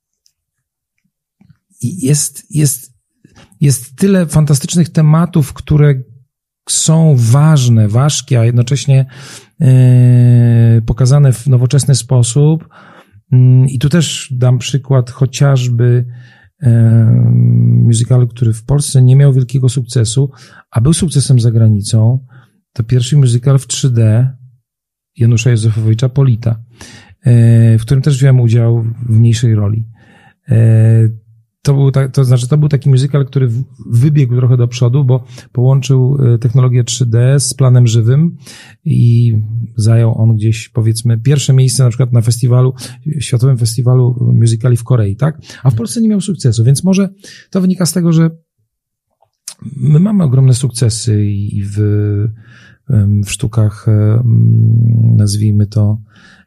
jest, jest, jest tyle fantastycznych tematów, które są ważne, ważkie, a jednocześnie yy, pokazane w nowoczesny sposób. I tu też dam przykład chociażby musicalu, który w Polsce nie miał wielkiego sukcesu, a był sukcesem za granicą. To pierwszy musical w trzy D Janusza Józefowicza Polita, w którym też wziąłem udział w mniejszej roli. To był, ta, to znaczy, to był taki musical, który wybiegł trochę do przodu, bo połączył technologię trzy D z planem żywym i zajął on gdzieś, powiedzmy, pierwsze miejsce na przykład na festiwalu, Światowym Festiwalu Musicali w Korei, tak? A w Polsce nie miał sukcesu, więc może to wynika z tego, że my mamy ogromne sukcesy i w, w sztukach, nazwijmy to,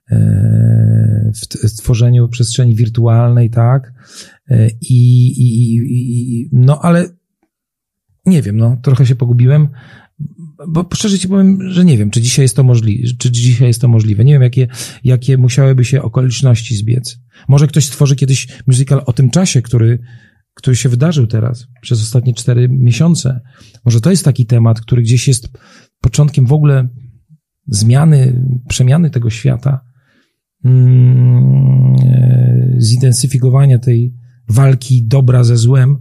w tworzeniu przestrzeni wirtualnej, tak? I, i, i no ale nie wiem, no trochę się pogubiłem, bo szczerze ci powiem, że nie wiem, czy dzisiaj jest to możliwe, czy dzisiaj jest to możliwe. Nie wiem, jakie, jakie musiałyby się okoliczności zbiec. Może ktoś stworzy kiedyś musical o tym czasie, który, który się wydarzył teraz, przez ostatnie cztery miesiące. Może to jest taki temat, który gdzieś jest początkiem w ogóle zmiany, przemiany tego świata, mm, zintensyfikowania tej walki dobra ze złem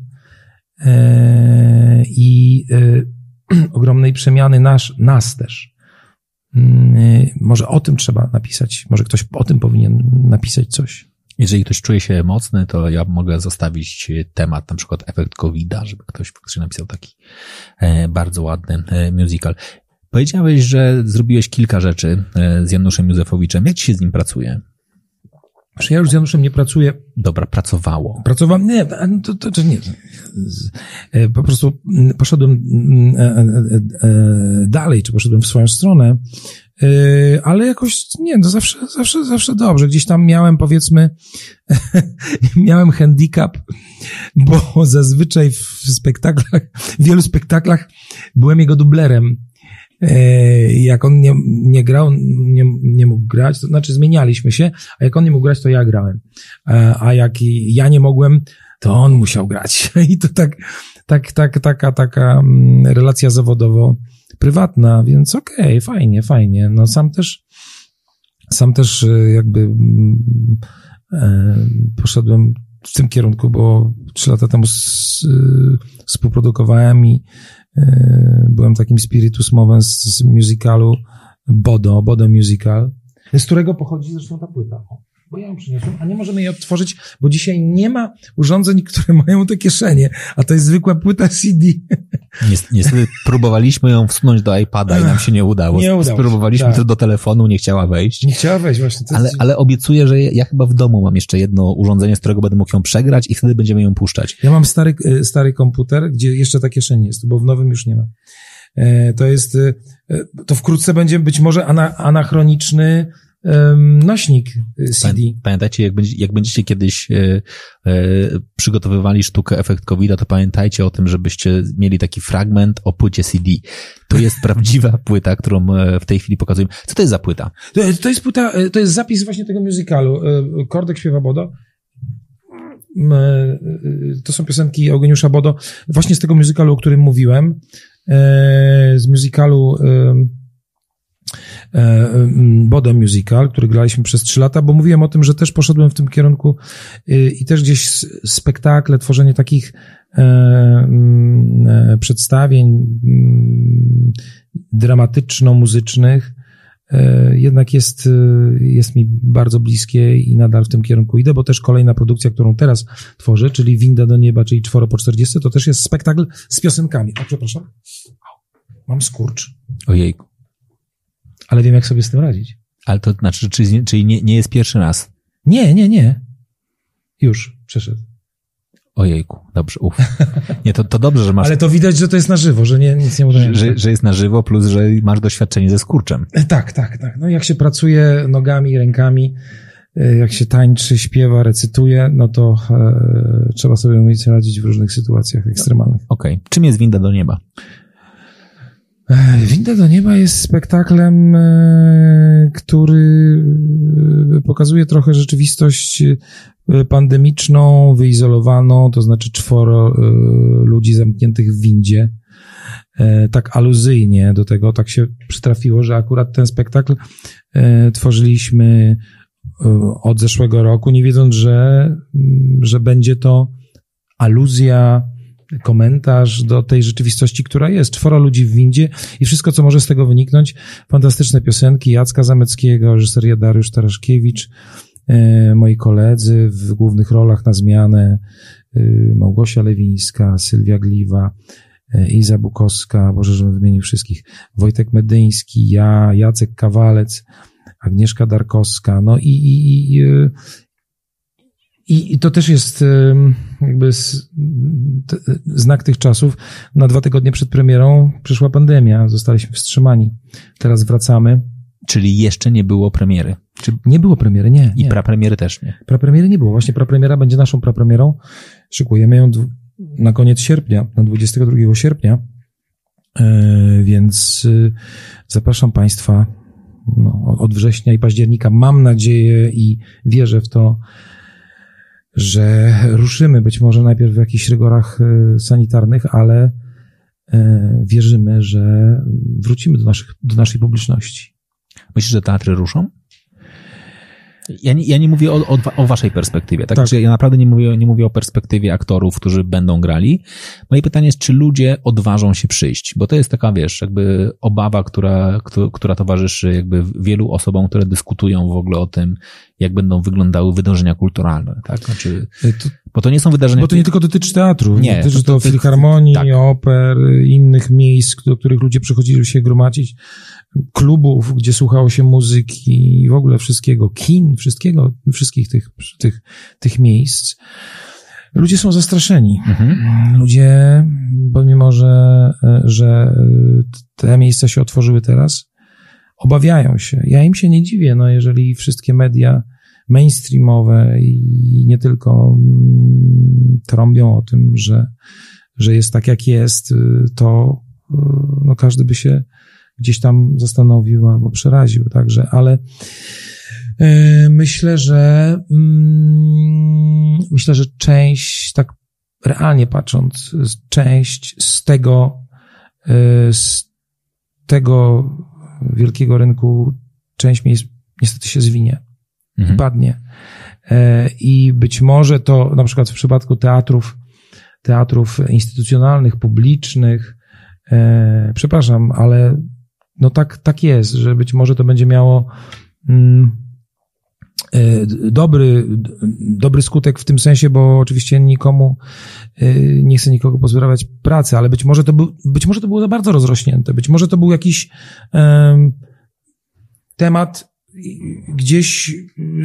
e, i e, ogromnej przemiany nasz, nas też. E, może o tym trzeba napisać, może ktoś o tym powinien napisać coś. Jeżeli ktoś czuje się mocny, to ja mogę zostawić temat, na przykład efekt kowida, żeby ktoś faktycznie napisał taki e, bardzo ładny e, musical. Powiedziałeś, że zrobiłeś kilka rzeczy e, z Januszem Józefowiczem. Jak ci się z nim pracuje? Ja już z Januszem nie pracuję. Dobra, pracowało. Pracowałem, nie, to, to, to nie. Po prostu poszedłem dalej, czy poszedłem w swoją stronę, ale jakoś, nie, to zawsze, zawsze, zawsze dobrze. Gdzieś tam miałem, powiedzmy, miałem handicap, bo zazwyczaj w spektaklach, w wielu spektaklach byłem jego dublerem. Jak on nie, nie grał, nie, nie mógł grać, to znaczy zmienialiśmy się, a jak on nie mógł grać, to ja grałem. A jak ja nie mogłem, to on musiał grać. I to tak, tak, tak, taka, taka relacja zawodowo-prywatna, więc okej, okay, fajnie, fajnie. No sam też, sam też jakby e, poszedłem w tym kierunku, bo trzy lata temu s, współprodukowałem i byłem takim spiritus movens z musicalu Bodo, Bodo Musical, z którego pochodzi zresztą ta płyta. O, bo ja ją przyniosłem, a nie możemy jej odtworzyć, bo dzisiaj nie ma urządzeń, które mają te kieszenie, a to jest zwykła płyta C D. Niestety próbowaliśmy ją wsunąć do iPada i nam się nie udało. Nie udało się, Spróbowaliśmy tak. to do telefonu, nie chciała wejść. Nie chciała wejść właśnie. To ale, jest... ale obiecuję, że ja chyba w domu mam jeszcze jedno urządzenie, z którego będę mógł ją przegrać i wtedy będziemy ją puszczać. Ja mam stary, stary komputer, gdzie jeszcze ta kieszeń jest, bo w nowym już nie ma. To jest, to wkrótce będzie być może ana, anachroniczny nośnik C D. Pamiętajcie, jak, będzie, jak będziecie kiedyś e, e, przygotowywali sztukę Efekt kowida, to pamiętajcie o tym, żebyście mieli taki fragment o płycie C D. To jest prawdziwa płyta, którą w tej chwili pokazujemy. Co to jest za płyta? To, to jest płyta, to jest zapis właśnie tego musicalu. Kordek śpiewa Bodo. To są piosenki Eugeniusza Bodo, właśnie z tego musicalu, o którym mówiłem. Z musicalu Bodo Musical, który graliśmy przez trzy lata, bo mówiłem o tym, że też poszedłem w tym kierunku i też gdzieś spektakle, tworzenie takich przedstawień dramatyczno-muzycznych jednak jest, jest mi bardzo bliskie i nadal w tym kierunku idę, bo też kolejna produkcja, którą teraz tworzę, czyli Winda do nieba, czyli Czworo po czterdziestu, to też jest spektakl z piosenkami. O, przepraszam. Mam skurcz. Ojejku. Ale wiem, jak sobie z tym radzić. Ale to znaczy, czyli, czyli nie, nie jest pierwszy raz? Nie, nie, nie. Już przeszedł. Ojejku, dobrze, uf. Nie, to, to dobrze, że masz... Ale to widać, że to jest na żywo, że nie, nic nie udaje. Że, że jest na żywo, plus, że masz doświadczenie ze skurczem. Tak, tak, tak. No jak się pracuje nogami, rękami, jak się tańczy, śpiewa, recytuje, no to e, trzeba sobie umieć radzić w różnych sytuacjach ekstremalnych. Okej. Okay. Czym jest Winda do nieba? Winda do nieba jest spektaklem, który pokazuje trochę rzeczywistość pandemiczną, wyizolowaną, to znaczy czworo ludzi zamkniętych w windzie. Tak aluzyjnie do tego, tak się przytrafiło, że akurat ten spektakl tworzyliśmy od zeszłego roku, nie wiedząc, że, że będzie to aluzja, komentarz do tej rzeczywistości, która jest. Czworo ludzi w windzie i wszystko, co może z tego wyniknąć. Fantastyczne piosenki Jacka Zameckiego, reżyseria Dariusz Taraszkiewicz, e, moi koledzy w głównych rolach na zmianę, e, Małgosia Lewińska, Sylwia Gliwa, e, Iza Bukowska, Boże, żebym wymienił wszystkich, Wojtek Medyński, ja, Jacek Kawalec, Agnieszka Darkowska, no i, i, i I, I to też jest jakby znak tych czasów. Na dwa tygodnie przed premierą przyszła pandemia, zostaliśmy wstrzymani. Teraz wracamy. Czyli jeszcze nie było premiery? Czy... Nie było premiery, nie. I nie. prapremiery też nie? Prapremiery nie było. Właśnie prapremiera będzie naszą prapremierą. Szykujemy ją na koniec sierpnia, na dwudziestego drugiego sierpnia. Więc zapraszam Państwa no, od września i października. Mam nadzieję i wierzę w to, że ruszymy być może najpierw w jakichś rygorach sanitarnych, ale wierzymy, że wrócimy do, naszych, do naszej publiczności. Myślisz, że teatry ruszą? Ja nie, ja nie mówię o, o, o waszej perspektywie, tak? tak. Znaczy, ja naprawdę nie mówię, nie mówię o perspektywie aktorów, którzy będą grali. Moje pytanie jest, czy ludzie odważą się przyjść? Bo to jest taka, wiesz, jakby obawa, która, która towarzyszy jakby wielu osobom, które dyskutują w ogóle o tym, jak będą wyglądały wydarzenia kulturalne, tak? Znaczy, to, bo to nie są wydarzenia... Bo to nie tylko dotyczy teatru, nie, dotyczy to, to, to, to filharmonii, tak. oper, innych miejsc, do których ludzie przychodzili się gromadzić, klubów, gdzie słuchało się muzyki i w ogóle wszystkiego, kin, wszystkiego, wszystkich tych, tych, tych miejsc. Ludzie są zastraszeni. Mhm. Ludzie, pomimo, że, że te miejsca się otworzyły teraz, obawiają się. Ja im się nie dziwię, no jeżeli wszystkie media mainstreamowe i nie tylko trąbią o tym, że, że jest tak, jak jest, to no, każdy by się gdzieś tam zastanowił albo przeraził, także, ale yy, myślę, że yy, myślę, że część, tak realnie patrząc, część z tego yy, z tego wielkiego rynku, część miejsc niestety się zwinie, mhm. padnie. Yy, I być może to, na przykład w przypadku teatrów, teatrów instytucjonalnych, publicznych, yy, przepraszam, ale no tak, tak jest, że być może to będzie miało mm, dobry, dobry skutek w tym sensie, bo oczywiście nikomu, nie chcę nikogo pozbawiać pracy, ale być może to był, być może to było za bardzo rozrośnięte, być może to był jakiś um, temat gdzieś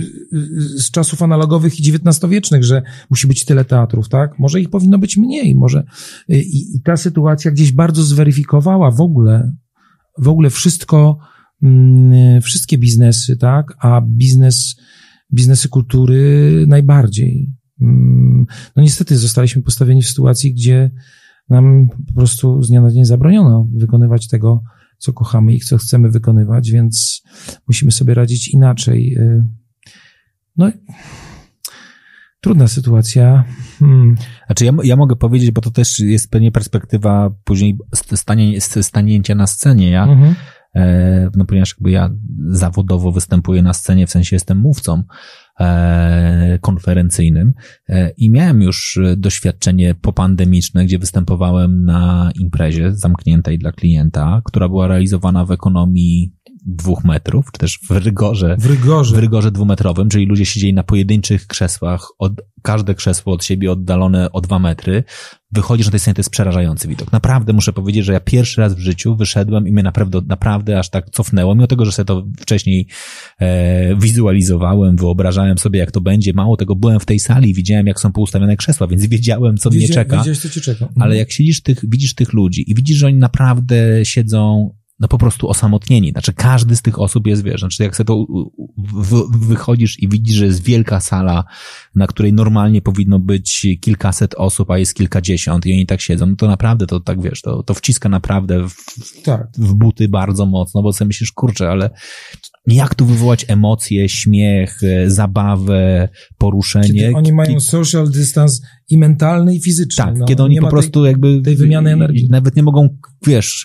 z czasów analogowych i dziewiętnastowiecznych, że musi być tyle teatrów, tak? Może ich powinno być mniej, może i, i ta sytuacja gdzieś bardzo zweryfikowała w ogóle, w ogóle wszystko, mm, wszystkie biznesy, tak? A biznes, biznesy kultury najbardziej. Mm, no niestety zostaliśmy postawieni w sytuacji, gdzie nam po prostu z dnia na dzień zabroniono wykonywać tego, co kochamy i co chcemy wykonywać, więc musimy sobie radzić inaczej. No, trudna sytuacja. Hmm. Znaczy ja, ja mogę powiedzieć, bo to też jest pewnie perspektywa później stanie, stanięcia na scenie. Ja, mhm. e, no ponieważ jakby ja zawodowo występuję na scenie, w sensie jestem mówcą e, konferencyjnym e, i miałem już doświadczenie popandemiczne, gdzie występowałem na imprezie zamkniętej dla klienta, która była realizowana w ekonomii dwóch metrów, czy też w rygorze, w rygorze, w rygorze dwumetrowym, czyli ludzie siedzieli na pojedynczych krzesłach, od, każde krzesło od siebie oddalone o dwa metry. Wychodzi, że na tej scenie to jest przerażający widok. Naprawdę muszę powiedzieć, że ja pierwszy raz w życiu wyszedłem i mnie naprawdę, naprawdę aż tak cofnęło, mimo tego, że sobie to wcześniej e, wizualizowałem, wyobrażałem sobie, jak to będzie. Mało tego, byłem w tej sali i widziałem, jak są poustawione krzesła, więc wiedziałem, co Wiedzia, mnie czeka. Wiedziałeś, co ci czeka. Mhm. Ale jak siedzisz tych, widzisz tych ludzi i widzisz, że oni naprawdę siedzą no po prostu osamotnieni. Znaczy każdy z tych osób jest, wiesz, znaczy jak sobie to w, wychodzisz i widzisz, że jest wielka sala, na której normalnie powinno być kilkaset osób, a jest kilkadziesiąt i oni tak siedzą, no to naprawdę to tak, wiesz, to, to wciska naprawdę w, tak. w buty bardzo mocno, bo sobie myślisz, kurczę, ale jak tu wywołać emocje, śmiech, zabawę, poruszenie. Kiedy oni mają social dystans i mentalny, i fizyczny. Tak, no, kiedy oni po prostu tej, jakby tej wymiany energii. Nawet nie mogą, wiesz,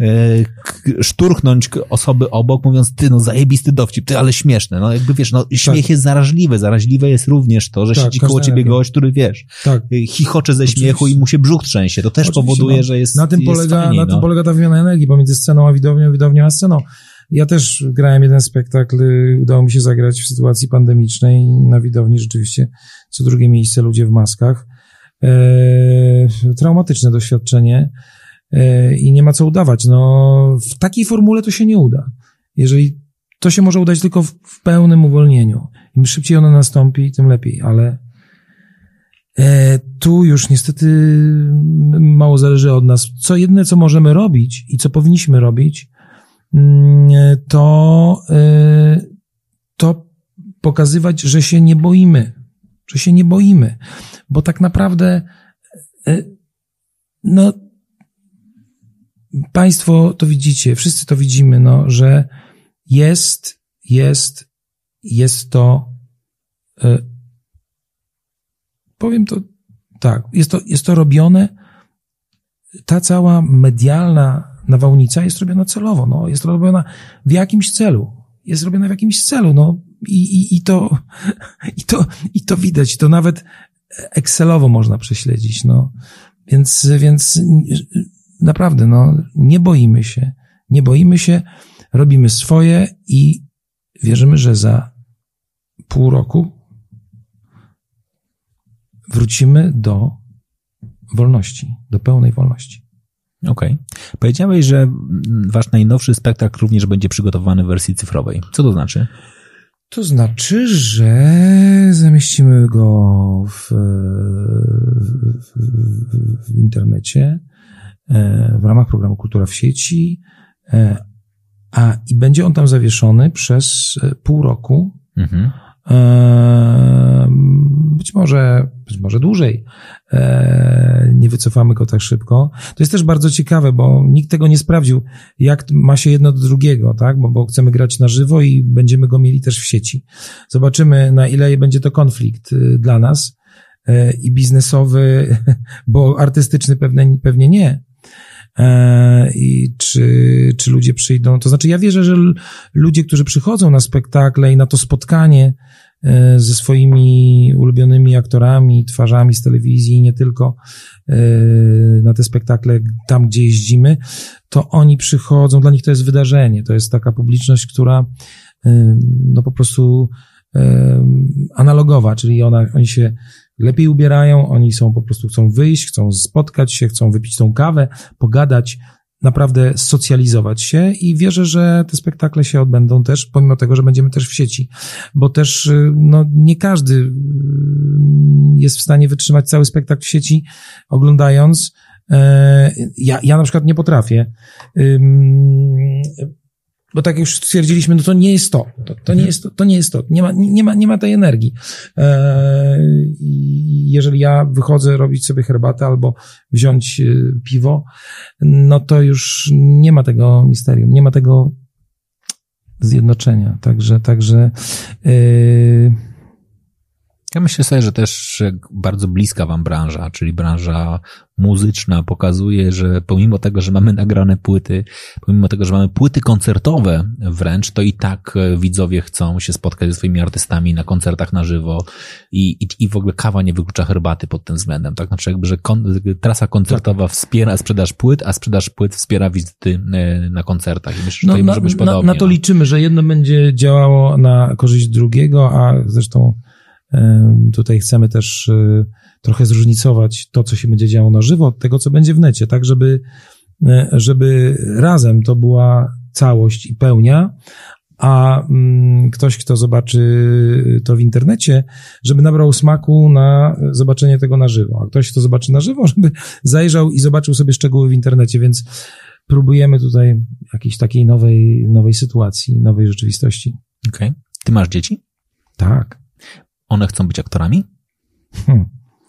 szturchnąć osoby obok, mówiąc, ty, no zajebisty dowcip, ty, ale śmieszne. No jakby, wiesz, no śmiech tak. jest zaraźliwy. Zaraźliwe jest również to, że tak, siedzi koło ciebie gość, który, wiesz, tak. chichocze ze Oczywiście. śmiechu i mu się brzuch trzęsie. To też Oczywiście, powoduje, no. że jest Na tym jest polega, fajniej, na no. tym polega ta wymiana energii pomiędzy sceną a widownią, widownią a sceną. Ja też grałem jeden spektakl, udało mi się zagrać w sytuacji pandemicznej na widowni rzeczywiście co drugie miejsce ludzie w maskach. Eee, traumatyczne doświadczenie. I nie ma co udawać. No, w takiej formule to się nie uda. Jeżeli to się może udać tylko w, w pełnym uwolnieniu. Im szybciej ono nastąpi, tym lepiej, ale e, tu już niestety mało zależy od nas. Co jedyne, co możemy robić i co powinniśmy robić, to, e, to pokazywać, że się nie boimy. Że się nie boimy. Bo tak naprawdę e, no Państwo to widzicie, wszyscy to widzimy, no, że jest, jest, jest to, y, powiem to tak, jest to, jest to robione, ta cała medialna nawałnica jest robiona celowo, no, jest robiona w jakimś celu, jest robiona w jakimś celu, no, i, i, i to, i to, i to widać, to nawet Excelowo można prześledzić, no, więc, więc, naprawdę, no, nie boimy się, nie boimy się, robimy swoje i wierzymy, że za pół roku wrócimy do wolności, do pełnej wolności. Okej. Okay. Powiedziałeś, że wasz najnowszy spektakl również będzie przygotowany w wersji cyfrowej. Co to znaczy? To znaczy, że zamieścimy go w, w, w, w internecie, w ramach programu Kultura w sieci, a i będzie on tam zawieszony przez pół roku. Mhm. Być może, być może dłużej. Nie wycofamy go tak szybko. To jest też bardzo ciekawe, bo nikt tego nie sprawdził, jak ma się jedno do drugiego, tak? Bo, bo chcemy grać na żywo i będziemy go mieli też w sieci. Zobaczymy, na ile będzie to konflikt dla nas i biznesowy, bo artystyczny pewnie, pewnie nie. I czy, czy ludzie przyjdą, to znaczy ja wierzę, że ludzie, którzy przychodzą na spektakle i na to spotkanie ze swoimi ulubionymi aktorami, twarzami z telewizji, nie tylko na te spektakle tam, gdzie jeździmy, to oni przychodzą, dla nich to jest wydarzenie, to jest taka publiczność, która no po prostu analogowa, czyli ona, oni się lepiej ubierają, oni są po prostu, chcą wyjść, chcą spotkać się, chcą wypić tą kawę, pogadać, naprawdę socjalizować się i wierzę, że te spektakle się odbędą też, pomimo tego, że będziemy też w sieci, bo też no, nie każdy jest w stanie wytrzymać cały spektakl w sieci oglądając. Ja, ja na przykład nie potrafię, bo tak jak już stwierdziliśmy, no to nie jest to, to, to nie jest to, to nie jest to, nie ma, nie ma, nie ma tej energii. I jeżeli ja wychodzę robić sobie herbatę albo wziąć piwo, no to już nie ma tego misterium, nie ma tego zjednoczenia. Także, także yy... ja myślę sobie, że też bardzo bliska wam branża, czyli branża muzyczna pokazuje, że pomimo tego, że mamy nagrane płyty, pomimo tego, że mamy płyty koncertowe wręcz, to i tak widzowie chcą się spotkać ze swoimi artystami na koncertach na żywo i, i, i w ogóle kawa nie wyklucza herbaty pod tym względem. Tak, znaczy jakby, że kon, trasa koncertowa wspiera sprzedaż płyt, a sprzedaż płyt wspiera wizyty na koncertach. I myślę, że no, tutaj na, może być na, podobnie. Na to liczymy, że jedno będzie działało na korzyść drugiego, a zresztą tutaj chcemy też trochę zróżnicować to, co się będzie działo na żywo, od tego, co będzie w necie, tak, żeby, żeby razem to była całość i pełnia, a ktoś, kto zobaczy to w internecie, żeby nabrał smaku na zobaczenie tego na żywo, a ktoś, kto zobaczy na żywo, żeby zajrzał i zobaczył sobie szczegóły w internecie, więc próbujemy tutaj jakiejś takiej nowej, nowej sytuacji, nowej rzeczywistości. Okej. Okay. Ty masz dzieci? Tak. One chcą być aktorami? Hmm.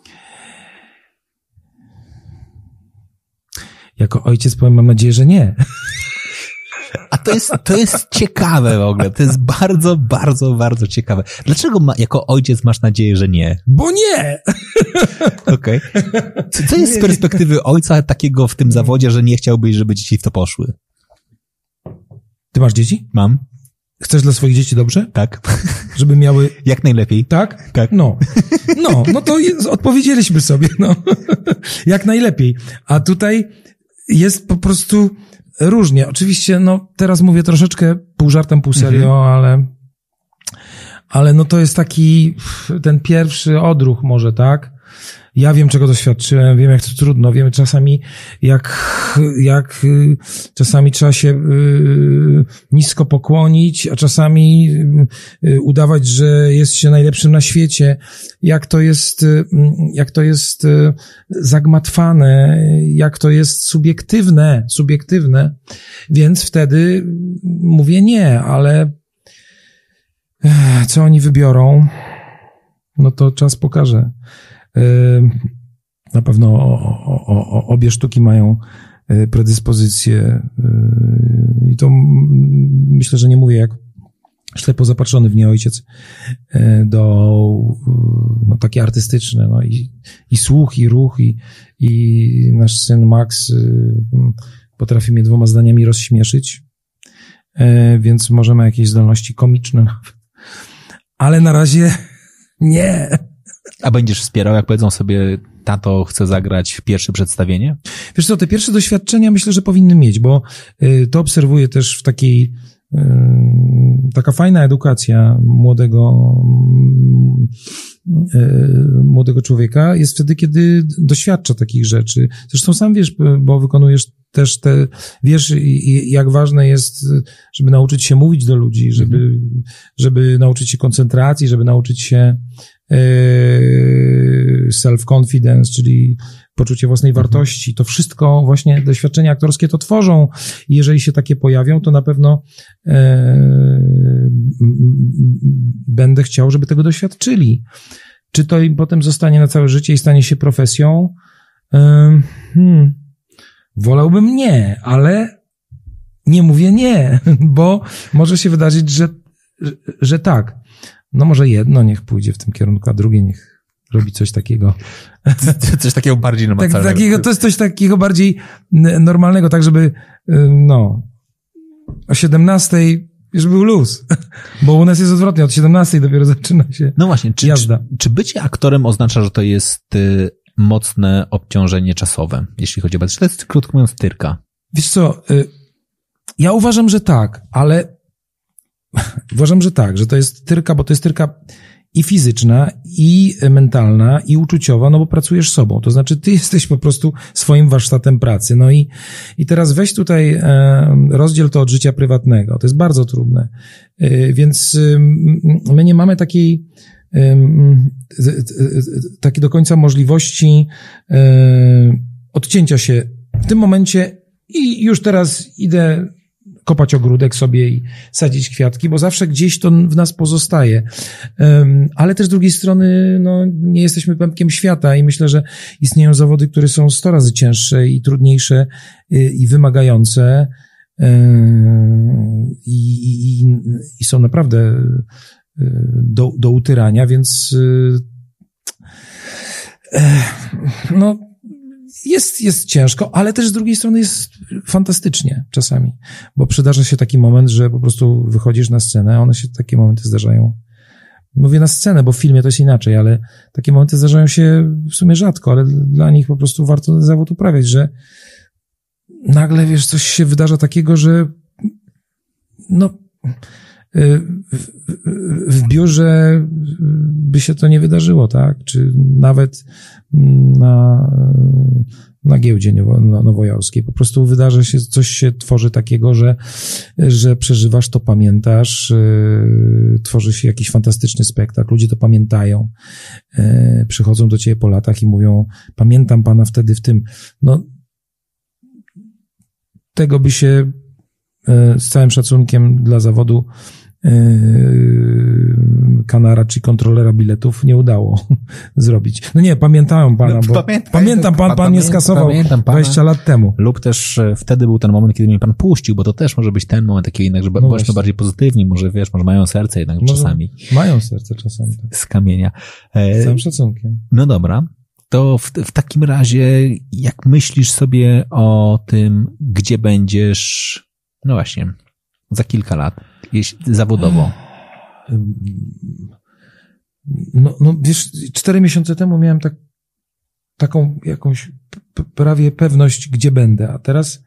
Jako ojciec powiem, mam nadzieję, że nie. A to jest, to jest ciekawe w ogóle. To jest bardzo, bardzo, bardzo ciekawe. Dlaczego ma, jako ojciec masz nadzieję, że nie? Bo nie! Okej. Okay. Co, co jest z perspektywy ojca takiego w tym zawodzie, że nie chciałbyś, żeby dzieci w to poszły? Ty masz dzieci? Mam. Chcesz dla swoich dzieci dobrze? Tak. Żeby miały... Jak najlepiej. Tak? Tak. No. No, no to jest, odpowiedzieliśmy sobie, no. Jak najlepiej. A tutaj jest po prostu różnie. Oczywiście, no, teraz mówię troszeczkę pół żartem, pół serio, mhm. ale, ale no to jest taki ten pierwszy odruch może, tak? Ja wiem, czego doświadczyłem, wiem, jak to trudno, wiem czasami, jak, jak czasami trzeba się y, nisko pokłonić, a czasami y, udawać, że jest się najlepszym na świecie, jak to jest, y, jak to jest y, zagmatwane, jak to jest subiektywne, subiektywne, więc wtedy mówię nie, ale ech, co oni wybiorą, no to czas pokaże. Na pewno o, o, o, obie sztuki mają predyspozycje i to myślę, że nie mówię jak ślepo zapatrzony w nie ojciec do no, takie artystyczne, no i, i słuch, i ruch, i, i nasz syn Max potrafi mnie dwoma zdaniami rozśmieszyć, więc może ma jakieś zdolności komiczne nawet, ale na razie nie. A będziesz wspierał, jak powiedzą sobie, tato chce zagrać w pierwsze przedstawienie? Wiesz co, te pierwsze doświadczenia myślę, że powinny mieć, bo y, to obserwuję też w takiej, y, taka fajna edukacja młodego, y, młodego człowieka jest wtedy, kiedy doświadcza takich rzeczy. Zresztą sam wiesz, bo wykonujesz też te, wiesz, jak ważne jest, żeby nauczyć się mówić do ludzi, żeby, mhm. żeby nauczyć się koncentracji, żeby nauczyć się self-confidence, czyli poczucie własnej wartości. To wszystko właśnie doświadczenia aktorskie to tworzą i jeżeli się takie pojawią, to na pewno e, będę chciał, żeby tego doświadczyli. Czy to im potem zostanie na całe życie i stanie się profesją? E, hmm, wolałbym nie, ale nie mówię nie, bo może się wydarzyć, że, że, że tak. No może jedno niech pójdzie w tym kierunku, a drugie niech robi coś takiego. Coś takiego bardziej namacalnego. Tak, takiego, to jest coś takiego bardziej normalnego, tak żeby no o siedemnastej już był luz. Bo u nas jest odwrotnie, od siedemnastej dopiero zaczyna się No właśnie, czy, jazda. Czy, czy bycie aktorem oznacza, że to jest y, mocne obciążenie czasowe, jeśli chodzi o... Czy to jest, krótko mówiąc, tyrka? Wiesz co, y, ja uważam, że tak, ale uważam, że tak, że to jest tyrka, bo to jest tyrka i fizyczna, i mentalna, i uczuciowa, no bo pracujesz sobą. To znaczy, ty jesteś po prostu swoim warsztatem pracy. No i, i teraz weź tutaj e, rozdziel to od życia prywatnego. To jest bardzo trudne. E, więc e, my nie mamy takiej e, takiej do końca możliwości e, odcięcia się w tym momencie i już teraz idę kopać ogródek sobie i sadzić kwiatki, bo zawsze gdzieś to w nas pozostaje. Um, ale też z drugiej strony, no, nie jesteśmy pępkiem świata i myślę, że istnieją zawody, które są sto razy cięższe i trudniejsze i, i wymagające um, i, i, i są naprawdę do, do utyrania, więc no, Jest, jest ciężko, ale też z drugiej strony jest fantastycznie czasami, bo przydarza się taki moment, że po prostu wychodzisz na scenę, a one się, takie momenty zdarzają. Mówię na scenę, bo w filmie to jest inaczej, ale takie momenty zdarzają się w sumie rzadko, ale dla nich po prostu warto ten zawód uprawiać, że nagle, wiesz, coś się wydarza takiego, że no w, w biurze by się to nie wydarzyło, tak? Czy nawet na, na giełdzie nowojorskiej. Po prostu wydarza się, coś się tworzy takiego, że, że przeżywasz to, pamiętasz, tworzy się jakiś fantastyczny spektakl, ludzie to pamiętają, przychodzą do ciebie po latach i mówią, pamiętam pana wtedy w tym. No, tego by się z całym szacunkiem dla zawodu kanara czy kontrolera biletów nie udało zrobić. No nie, pamiętałem pana, no, bo pamiętam, pamiętam pan, pan pamię, mnie skasował pamiętam pana, dwadzieścia lat temu. Lub też wtedy był ten moment, kiedy mnie pan puścił, bo to też może być ten moment taki jednak, że no bądźmy bardziej pozytywni, może wiesz, może mają serce jednak może czasami. Mają serce czasami. Tak. Z kamienia. Z całym szacunkiem. No dobra. To w, w takim razie, jak myślisz sobie o tym, gdzie będziesz, no właśnie, za kilka lat, jeśli zawodowo? No, no wiesz, cztery miesiące temu miałem tak, taką jakąś p- prawie pewność, gdzie będę, a teraz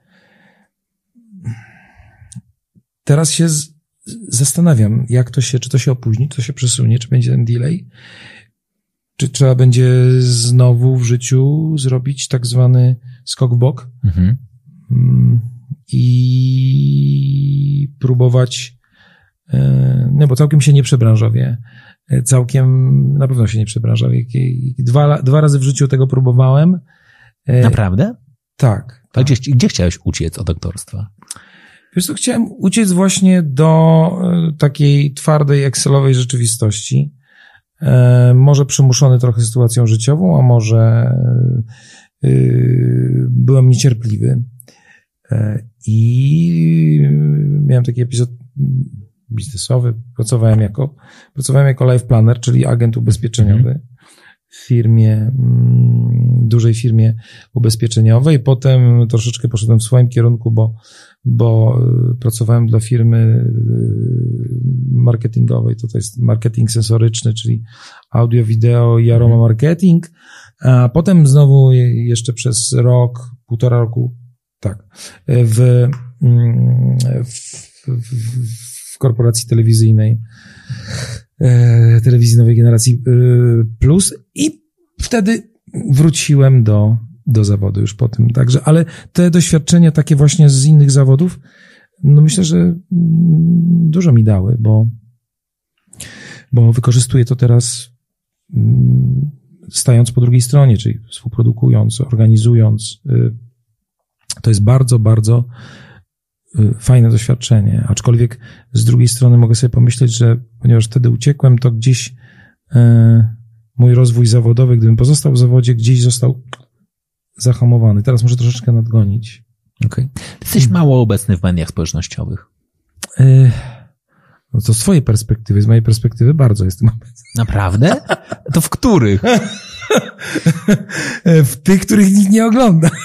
teraz się z, zastanawiam, jak to się, czy to się opóźni, czy to się przesunie, czy będzie ten delay, czy trzeba będzie znowu w życiu zrobić tak zwany skok w bok mhm. i próbować, no bo całkiem się nie przebranżowię, całkiem na pewno się nie przebranżowię. Dwa, dwa razy w życiu tego próbowałem. Naprawdę? Tak. A tak. Gdzie, gdzie chciałeś uciec od aktorstwa? Wiesz co, chciałem uciec właśnie do takiej twardej, excelowej rzeczywistości. Może przymuszony trochę sytuacją życiową, a może byłem niecierpliwy. I miałem taki epizod biznesowy. Pracowałem jako, pracowałem jako life planner, czyli agent ubezpieczeniowy mm. w firmie, dużej firmie ubezpieczeniowej. Potem troszeczkę poszedłem w swoim kierunku, bo, bo pracowałem dla firmy marketingowej. To, to jest marketing sensoryczny, czyli audio, wideo i aroma marketing. A potem znowu jeszcze przez rok, półtora roku, tak, w, w, w, w korporacji telewizyjnej, telewizji nowej generacji plus i wtedy wróciłem do, do zawodu już po tym. Także, ale te doświadczenia takie właśnie z innych zawodów, no myślę, że dużo mi dały, bo, bo wykorzystuję to teraz stając po drugiej stronie, czyli współprodukując, organizując. To jest bardzo, bardzo fajne doświadczenie, aczkolwiek z drugiej strony mogę sobie pomyśleć, że ponieważ wtedy uciekłem, to gdzieś e, mój rozwój zawodowy, gdybym pozostał w zawodzie, gdzieś został zahamowany. Teraz muszę troszeczkę nadgonić. Okej. Okay. Ty jesteś mało obecny w mediach społecznościowych. E, no to z swojej perspektywy, z mojej perspektywy bardzo jestem obecny. Naprawdę? To w których? W tych, których nikt nie ogląda.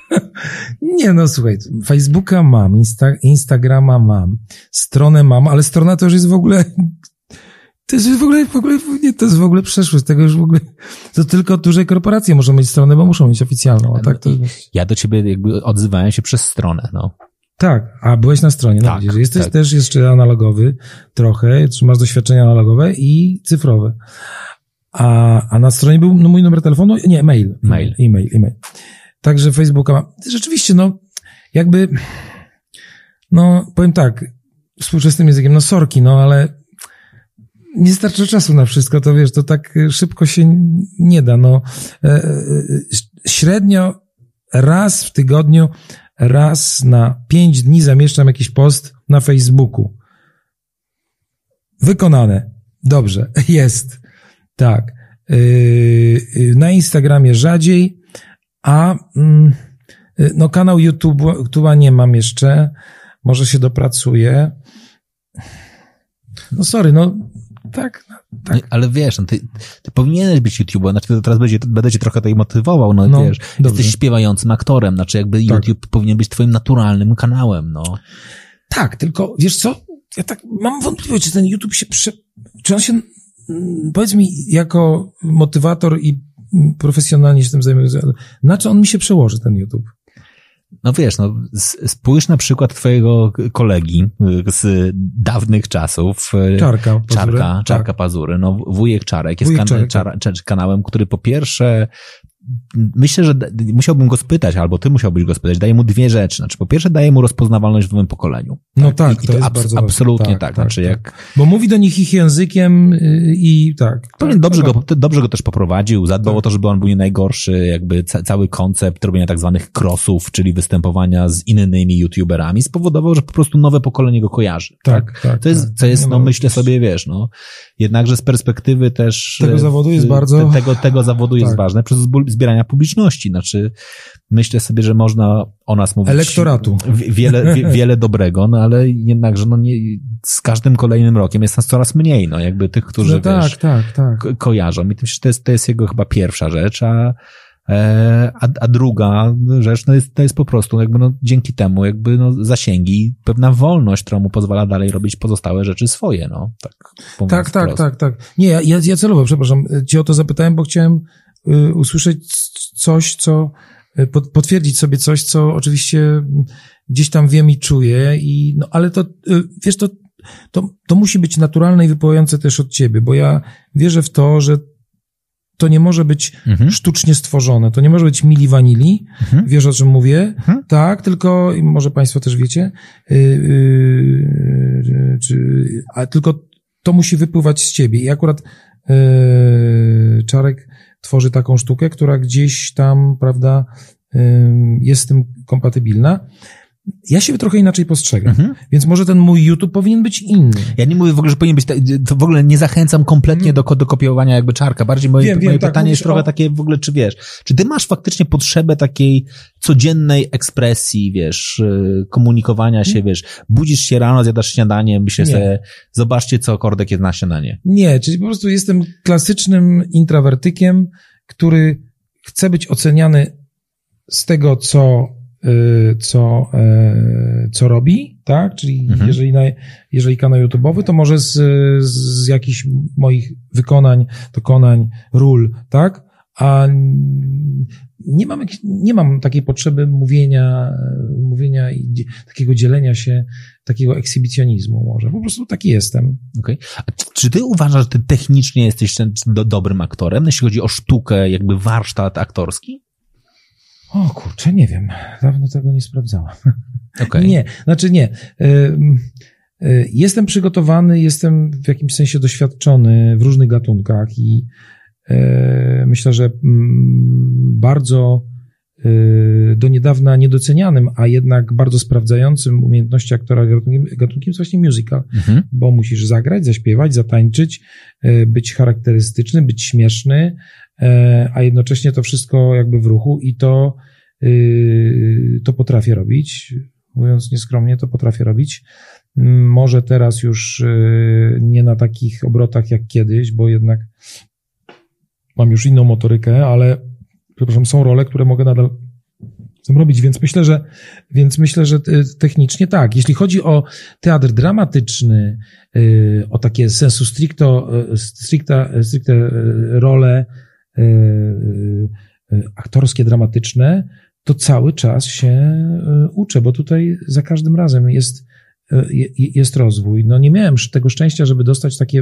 Nie, no słuchaj, Facebooka mam, Insta- Instagrama mam, stronę mam, ale strona to już jest w ogóle, to jest w ogóle, w ogóle, nie, to jest w ogóle przeszłość, tego już w ogóle, to tylko duże korporacje muszą mieć stronę, bo muszą mieć oficjalną, a tak to... Ja do ciebie jakby odzywałem się przez stronę, no. Tak, a byłeś na stronie, no tak, widzisz, jesteś tak. też jeszcze analogowy trochę, masz doświadczenia analogowe i cyfrowe. A, a na stronie był no, mój numer telefonu, nie, mail. Mail. E-mail, e-mail. Także Facebooka ma. Rzeczywiście, no, jakby, no, powiem tak, współczesnym językiem, no sorki, no, ale nie starczy czasu na wszystko, to wiesz, to tak szybko się nie da, no. Średnio raz w tygodniu, raz na pięć dni zamieszczam jakiś post na Facebooku. Wykonane. Dobrze, jest. Tak. Na Instagramie rzadziej, a no kanał YouTube, YouTube'a nie mam jeszcze. Może się dopracuję. No sorry, no tak, tak. Ale wiesz, no ty, ty powinieneś być YouTube'em, znaczy teraz będzie, będę cię trochę tutaj motywował, no, no wiesz, dobrze. Jesteś śpiewającym aktorem, znaczy jakby tak. YouTube powinien być twoim naturalnym kanałem, no. Tak, tylko wiesz co, ja tak mam wątpliwość, czy ten YouTube się prze... czy on się, powiedz mi, jako motywator i profesjonalnie się tym zajmuje, na co on mi się przełoży, ten YouTube? No wiesz, no spójrz na przykład twojego kolegi z dawnych czasów. Czarka Pazury. Czarka, Czarka tak. Pazury. No wujek Czarek jest wujek kan- Czarek. Czar- kanałem, który po pierwsze myślę, że musiałbym go spytać, albo ty musiałbyś go spytać, daje mu dwie rzeczy. Znaczy, po pierwsze daje mu rozpoznawalność w nowym pokoleniu. No tak, I, i to, to jest abs- bardzo absolutnie tak, tak. tak, Znaczy, tak. jak... Bo mówi do nich ich językiem i tak. Pewnie tak, dobrze, tak. go, dobrze go też poprowadził, zadbał tak. o to, żeby on był nie najgorszy, jakby ca- cały koncept robienia tak zwanych crossów, czyli występowania z innymi youtuberami, spowodował, że po prostu nowe pokolenie go kojarzy. Tak, tak. tak to jest, tak. co jest, no no, myślę sobie, wiesz, no, jednakże z perspektywy też... Tego zawodu jest bardzo... Tego, tego zawodu jest tak. ważne przez zbierania publiczności, znaczy myślę sobie, że można o nas mówić... Elektoratu. Wiele, wie, wiele dobrego, no ale jednakże, no nie, z każdym kolejnym rokiem jest nas coraz mniej, no jakby tych, którzy, no tak, wiesz, tak, tak. ko- kojarzą. I myślę, że to jest, to jest jego chyba pierwsza rzecz, a, a, a druga rzecz, no jest, to jest po prostu jakby, no dzięki temu jakby, no zasięgi, pewna wolność, która mu pozwala dalej robić pozostałe rzeczy swoje, no. Tak, tak, tak, tak, tak. Nie, ja, ja, ja celowo, przepraszam, cię o to zapytałem, bo chciałem y, usłyszeć coś, co Pod, potwierdzić sobie coś, co oczywiście gdzieś tam wiem i czuję, i, no, ale to, wiesz, to, to, to musi być naturalne i wypływające też od ciebie, bo ja wierzę w to, że to nie może być mhm. sztucznie stworzone, to nie może być mili vanilli, mhm. wiesz o czym mówię, mhm. tak, tylko, może państwo też wiecie, yy, yy, czy, a tylko to musi wypływać z ciebie i akurat yy, Czarek tworzy taką sztukę, która gdzieś tam, prawda, jest z tym kompatybilna. Ja się trochę inaczej postrzegam, mhm. więc może ten mój YouTube powinien być inny. Ja nie mówię w ogóle, że powinien być, to w ogóle nie zachęcam kompletnie do, do kopiowania jakby Czarka. Bardziej moje, wiem, moje wiem, pytanie tak, jest trochę o... takie w ogóle, czy wiesz, czy ty masz faktycznie potrzebę takiej codziennej ekspresji, wiesz, komunikowania się, wiesz, budzisz się rano, zjadasz śniadanie, myślę sobie, zobaczcie, co Kordek jest na śniadanie. Nie, czyli po prostu jestem klasycznym intrawertykiem, który chce być oceniany z tego, co, co, co robi, tak? Czyli mhm. jeżeli, na, jeżeli kanał YouTube'owy, to może z, z jakichś moich wykonań, dokonań, ról, tak? A nie mam, nie mam takiej potrzeby mówienia, mówienia i takiego dzielenia się, takiego ekshibicjonizmu może. Po prostu taki jestem. Okay. A czy ty uważasz, że ty technicznie jesteś do, dobrym aktorem, jeśli chodzi o sztukę, jakby warsztat aktorski? O kurczę, nie wiem. Dawno tego nie sprawdzałam. Okay. Nie, znaczy nie. Jestem przygotowany, jestem w jakimś sensie doświadczony w różnych gatunkach i myślę, że bardzo do niedawna niedocenianym, a jednak bardzo sprawdzającym umiejętności aktora gatunkiem, gatunkiem jest właśnie musical, mhm. bo musisz zagrać, zaśpiewać, zatańczyć, być charakterystyczny, być śmieszny, a jednocześnie to wszystko jakby w ruchu i to, to potrafię robić, mówiąc nieskromnie, to potrafię robić. Może teraz już nie na takich obrotach jak kiedyś, bo jednak mam już inną motorykę, ale przepraszam, są role, które mogę nadal chcą robić, więc myślę, że, więc myślę, że technicznie tak. Jeśli chodzi o teatr dramatyczny, o takie sensu stricto, stricte, stricte role aktorskie, dramatyczne, to cały czas się uczę, bo tutaj za każdym razem jest, jest rozwój. No nie miałem tego szczęścia, żeby dostać takie,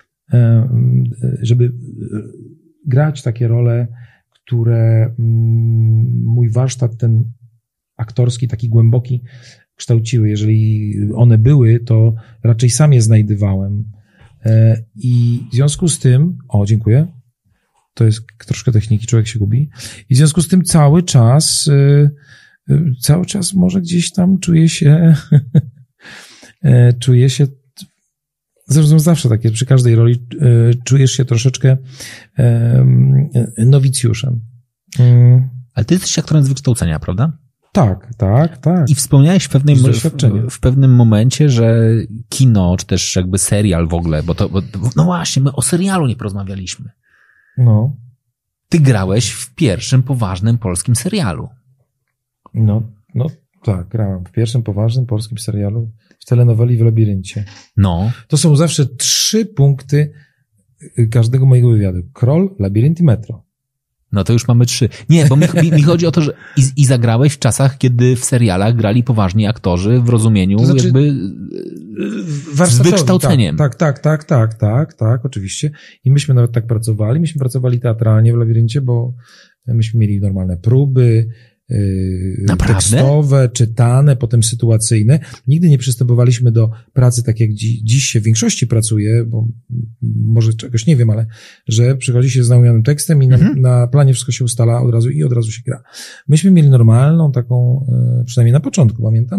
żeby grać takie role, które mój warsztat ten aktorski, taki głęboki kształciły. Jeżeli one były, to raczej sam je znajdowałem. I w związku z tym, o, dziękuję, to jest troszkę techniki, człowiek się gubi. I w związku z tym cały czas, cały czas może gdzieś tam czuję się, czuję się, zresztą zawsze takie, przy każdej roli czujesz się troszeczkę nowicjuszem. Ale ty jesteś aktorem z wykształcenia, prawda? Tak, tak, tak. I wspomniałeś w pewnym, w, w pewnym momencie, że kino, czy też jakby serial w ogóle, bo to, bo, no właśnie, my o serialu nie porozmawialiśmy. No. Ty grałeś w pierwszym poważnym polskim serialu. No, no tak, grałem w pierwszym poważnym polskim serialu, w telenoweli w Labiryncie. No. To są zawsze trzy punkty każdego mojego wywiadu. Kroll, Labirynt i Metro. No to już mamy trzy. Nie, bo mi, mi, mi chodzi o to, że i, i zagrałeś w czasach, kiedy w serialach grali poważni aktorzy w rozumieniu to znaczy, jakby z wykształceniem. Tak, tak, tak, tak, tak, tak, oczywiście. I myśmy nawet tak pracowali. Myśmy pracowali teatralnie w Labiryncie, bo myśmy mieli normalne próby, Naprawdę? tekstowe, czytane, potem sytuacyjne. Nigdy nie przystępowaliśmy do pracy tak, jak dzi- dziś się w większości pracuje, bo może czegoś nie wiem, ale że przychodzi się z naumionym tekstem i na, mhm. na planie wszystko się ustala od razu i od razu się gra. Myśmy mieli normalną taką, przynajmniej na początku, pamiętam,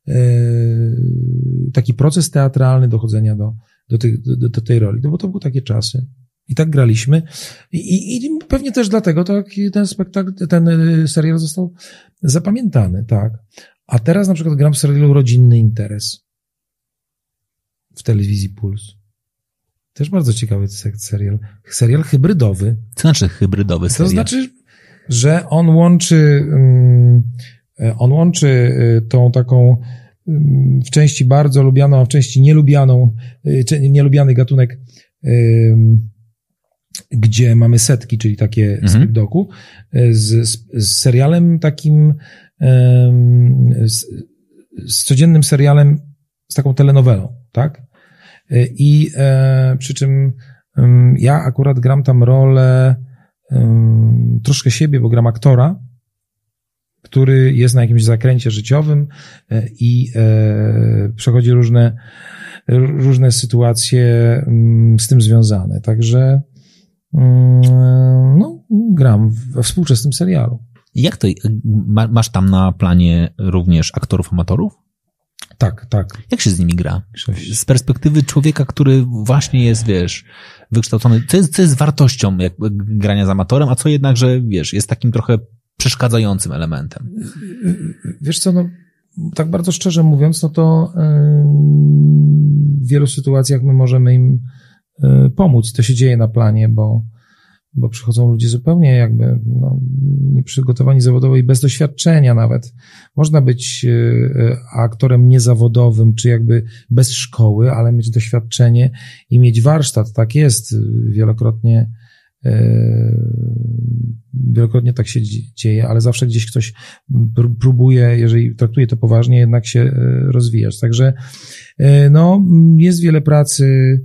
taki proces teatralny dochodzenia do, do, tych, do, do tej roli, no bo to były takie czasy. I tak graliśmy. I, i, i pewnie też dlatego to ten spektakl, ten serial został zapamiętany, tak. A teraz na przykład gram w serialu Rodzinny Interes w telewizji Puls. Też bardzo ciekawy serial. Serial hybrydowy. Co znaczy hybrydowy serial? To znaczy, że on łączy, on łączy tą taką w części bardzo lubianą, a w części nielubianą, nielubiany gatunek, gdzie mamy setki, czyli takie mhm. strip doku, z, z, z serialem takim, z, z codziennym serialem, z taką telenowelą, tak? I e, przy czym um, ja akurat gram tam rolę um, troszkę siebie, bo gram aktora, który jest na jakimś zakręcie życiowym e, i e, przechodzi różne, różne sytuacje um, z tym związane. Także no, gram we współczesnym serialu. Jak to, masz tam na planie również aktorów amatorów? Tak, tak. Jak się z nimi gra? Z perspektywy człowieka, który właśnie jest, wiesz, wykształcony, co jest, co jest wartością jak, grania z amatorem, a co jednak, że wiesz, jest takim trochę przeszkadzającym elementem? Wiesz co, no, tak bardzo szczerze mówiąc, no to yy, w wielu sytuacjach my możemy im pomóc. To się dzieje na planie, bo, bo przychodzą ludzie zupełnie jakby no, nieprzygotowani zawodowo i bez doświadczenia nawet. Można być aktorem niezawodowym, czy jakby bez szkoły, ale mieć doświadczenie i mieć warsztat. Tak jest. Wielokrotnie wielokrotnie tak się dzieje, ale zawsze gdzieś ktoś próbuje, jeżeli traktuje to poważnie, jednak się rozwijać. Także no, jest wiele pracy.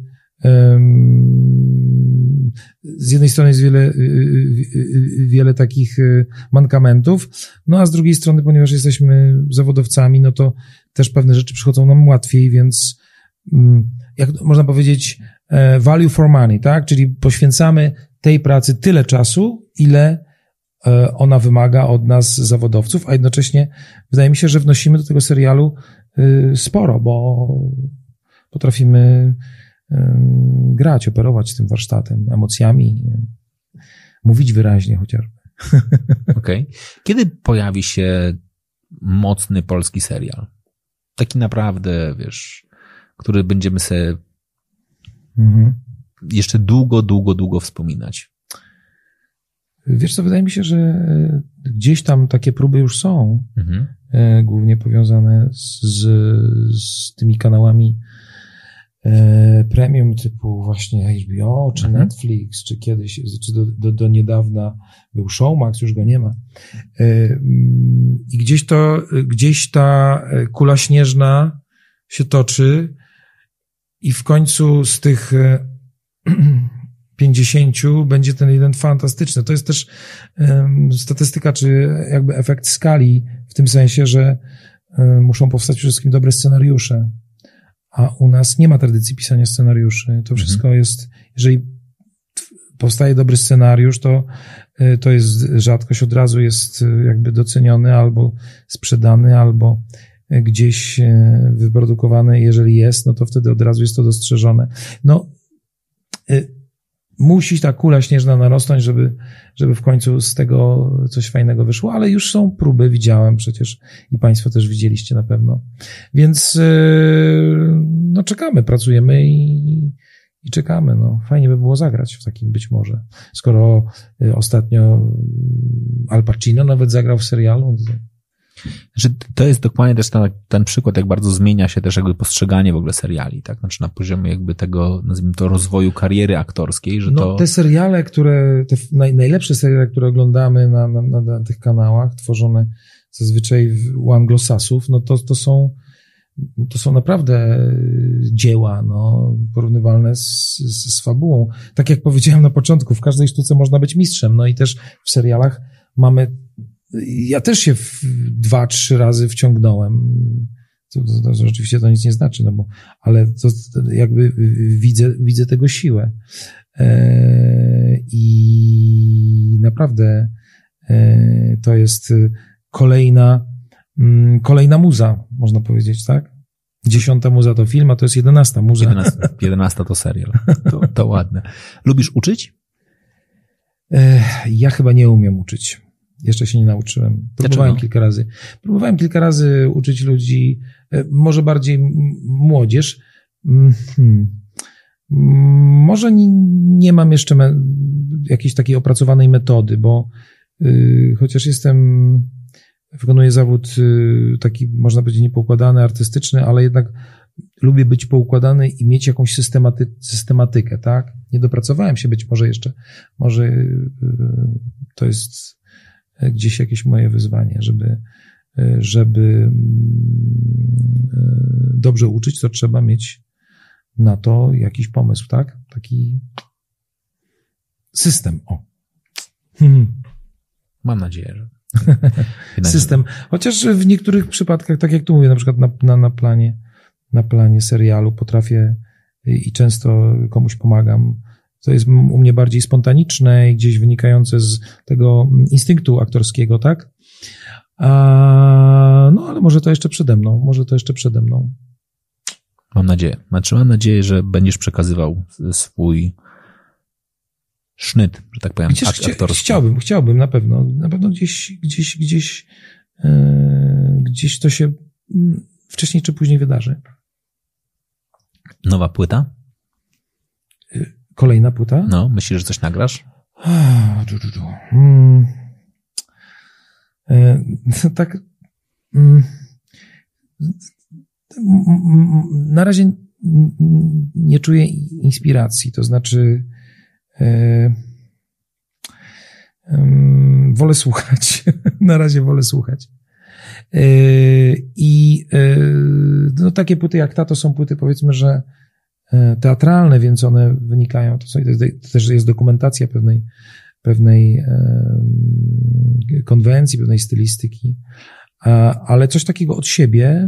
Z jednej strony jest wiele, wiele takich mankamentów, no a z drugiej strony, ponieważ jesteśmy zawodowcami, no to też pewne rzeczy przychodzą nam łatwiej, więc jak można powiedzieć value for money, tak? Czyli poświęcamy tej pracy tyle czasu, ile ona wymaga od nas zawodowców, a jednocześnie wydaje mi się, że wnosimy do tego serialu sporo, bo potrafimy grać, operować tym warsztatem, emocjami, mówić wyraźnie chociażby. Okej. Okay. Kiedy pojawi się mocny polski serial? Taki naprawdę, wiesz, który będziemy sobie mhm. jeszcze długo, długo, długo wspominać. Wiesz co, wydaje mi się, że gdzieś tam takie próby już są, mhm. głównie powiązane z, z tymi kanałami premium typu właśnie H B O, czy mhm. Netflix, czy kiedyś, czy do, do, do niedawna był Showmax, już go nie ma. I gdzieś to, gdzieś ta kula śnieżna się toczy i w końcu z tych pięćdziesięciu będzie ten jeden fantastyczny. To jest też um, statystyka, czy jakby efekt skali, w tym sensie, że um, muszą powstać przede wszystkim dobre scenariusze, a u nas nie ma tradycji pisania scenariuszy. To wszystko mhm. jest, jeżeli powstaje dobry scenariusz, to to jest rzadkość, od razu jest jakby doceniony, albo sprzedany, albo gdzieś wyprodukowany. Jeżeli jest, no to wtedy od razu jest to dostrzeżone. No, musi ta kula śnieżna narosnąć, żeby, żeby w końcu z tego coś fajnego wyszło, ale już są próby, widziałem przecież i Państwo też widzieliście na pewno. Więc no czekamy, pracujemy i, i czekamy. No, fajnie by było zagrać w takim być może. Skoro ostatnio Al Pacino nawet zagrał w serialu. Że to jest dokładnie też ten, ten przykład, jak bardzo zmienia się też jakby postrzeganie w ogóle seriali, tak? Znaczy na poziomie jakby tego, nazwijmy to, rozwoju kariery aktorskiej, że no, to... te seriale, które, te naj, najlepsze seriale, które oglądamy na, na, na, na tych kanałach, tworzone zazwyczaj u anglosasów, no to, to są, to są naprawdę dzieła, no, porównywalne z, z, z fabułą. Tak jak powiedziałem na początku, w każdej sztuce można być mistrzem, no i też w serialach mamy. Ja też się w dwa, trzy razy wciągnąłem. To, to, to rzeczywiście to nic nie znaczy, no bo, ale to, to jakby widzę, widzę tego siłę. E, I naprawdę e, to jest kolejna, m, kolejna muza, można powiedzieć, tak? Dziesiąta muza to film, a to jest jedenasta muza. Jedenasta, jedenasta to serial. To, to ładne. Lubisz uczyć? E, ja chyba nie umiem uczyć. Jeszcze się nie nauczyłem. Próbowałem Dlaczego? kilka razy. Próbowałem kilka razy uczyć ludzi, może bardziej młodzież. Hmm. Może nie, nie mam jeszcze me, jakiejś takiej opracowanej metody, bo y, chociaż jestem, wykonuję zawód y, taki, można powiedzieć, niepoukładany, artystyczny, ale jednak lubię być poukładany i mieć jakąś systematy, systematykę, tak? Nie dopracowałem się być może jeszcze. Może y, to jest gdzieś jakieś moje wyzwanie, żeby, żeby dobrze uczyć, to trzeba mieć na to jakiś pomysł, tak? Taki system, o. Hmm. Mam nadzieję, że... System. Chociaż w niektórych przypadkach, tak jak tu mówię, na przykład na, na, na planie, na planie serialu potrafię i często komuś pomagam. To jest u mnie bardziej spontaniczne i gdzieś wynikające z tego instynktu aktorskiego, tak? A, no, ale może to jeszcze przede mną, może to jeszcze przede mną. Mam nadzieję. Znaczy, mam nadzieję, że będziesz przekazywał swój sznyt, że tak powiem, Przecież akt aktorski. Chciałbym, chciałbym na pewno. Na pewno gdzieś, gdzieś, gdzieś, yy, gdzieś to się wcześniej czy później wydarzy. Nowa płyta? Kolejna płyta? No, myślisz, że coś nagrasz? Hmm. E, tak. Mm, na razie nie czuję inspiracji, to znaczy e, e, wolę słuchać. Na razie wolę słuchać. E, I e, no, takie płyty jak ta to są płyty, powiedzmy, że teatralne, więc one wynikają, to, są, to też jest dokumentacja pewnej, pewnej e, konwencji, pewnej stylistyki, a, ale coś takiego od siebie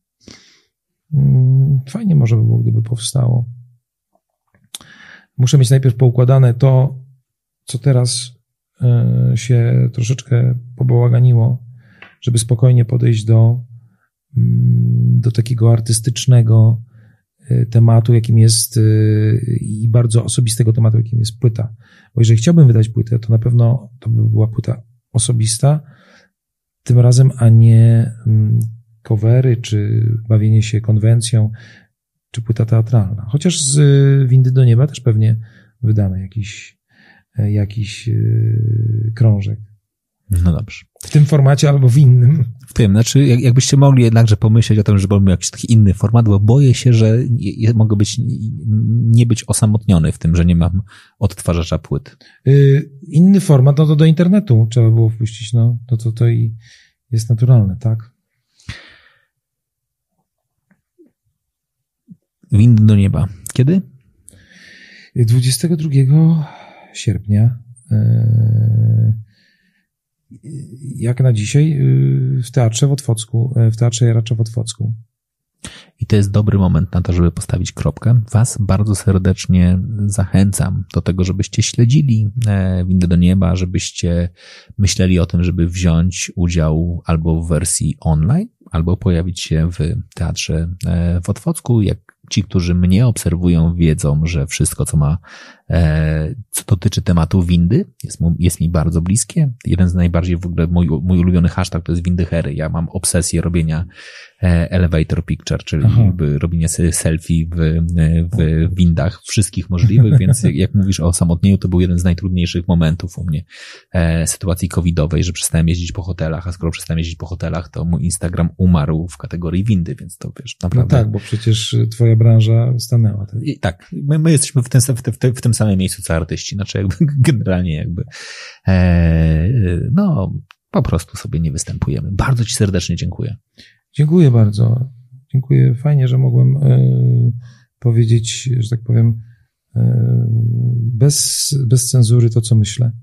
mm, fajnie może by było, gdyby powstało. Muszę mieć najpierw poukładane to, co teraz e, się troszeczkę pobałaganiło, żeby spokojnie podejść do, mm, do takiego artystycznego tematu, jakim jest i bardzo osobistego tematu, jakim jest płyta. Bo jeżeli chciałbym wydać płytę, to na pewno to by była płyta osobista, tym razem, a nie covery, czy bawienie się konwencją, czy płyta teatralna. Chociaż z Windy do nieba też pewnie wydamy jakiś jakiś krążek. No dobrze. W tym formacie albo w innym. W tym, znaczy jak, jakbyście mogli jednakże pomyśleć o tym, żeby był jakiś taki inny format, bo boję się, że nie, mogę być, nie być osamotniony w tym, że nie mam odtwarzacza płyt. Yy, inny format, no to do internetu trzeba było wpuścić, no to to, to i jest naturalne, tak? Windy do nieba. Kiedy? dwudziestego drugiego sierpnia. Yy, jak na dzisiaj w Teatrze w Otwocku, w Teatrze Jaracza w Otwocku. I to jest dobry moment na to, żeby postawić kropkę. Was bardzo serdecznie zachęcam do tego, żebyście śledzili Windy do nieba, żebyście myśleli o tym, żeby wziąć udział albo w wersji online, albo pojawić się w Teatrze w Otwocku. Jak ci, którzy mnie obserwują, wiedzą, że wszystko, co ma, co dotyczy tematu windy, jest, mu, jest mi bardzo bliskie. Jeden z najbardziej w ogóle, mój, mój ulubiony hashtag to jest windy hery. Ja mam obsesję robienia elevator picture, czyli jakby robienie selfie w, w windach wszystkich możliwych, więc jak mówisz o osamotnieniu, to był jeden z najtrudniejszych momentów u mnie sytuacji covidowej, że przestałem jeździć po hotelach, a skoro przestałem jeździć po hotelach, to mój Instagram umarł w kategorii windy, więc to wiesz, naprawdę. No tak, bo przecież twoja branża stanęła. Tak, I tak my, my jesteśmy w tym, w, tym, w tym samym miejscu co artyści, znaczy jakby generalnie jakby e, no po prostu sobie nie występujemy. Bardzo ci serdecznie dziękuję. Dziękuję bardzo. Dziękuję. Fajnie, że mogłem y, powiedzieć, że tak powiem, y, bez, bez cenzury to, co myślę.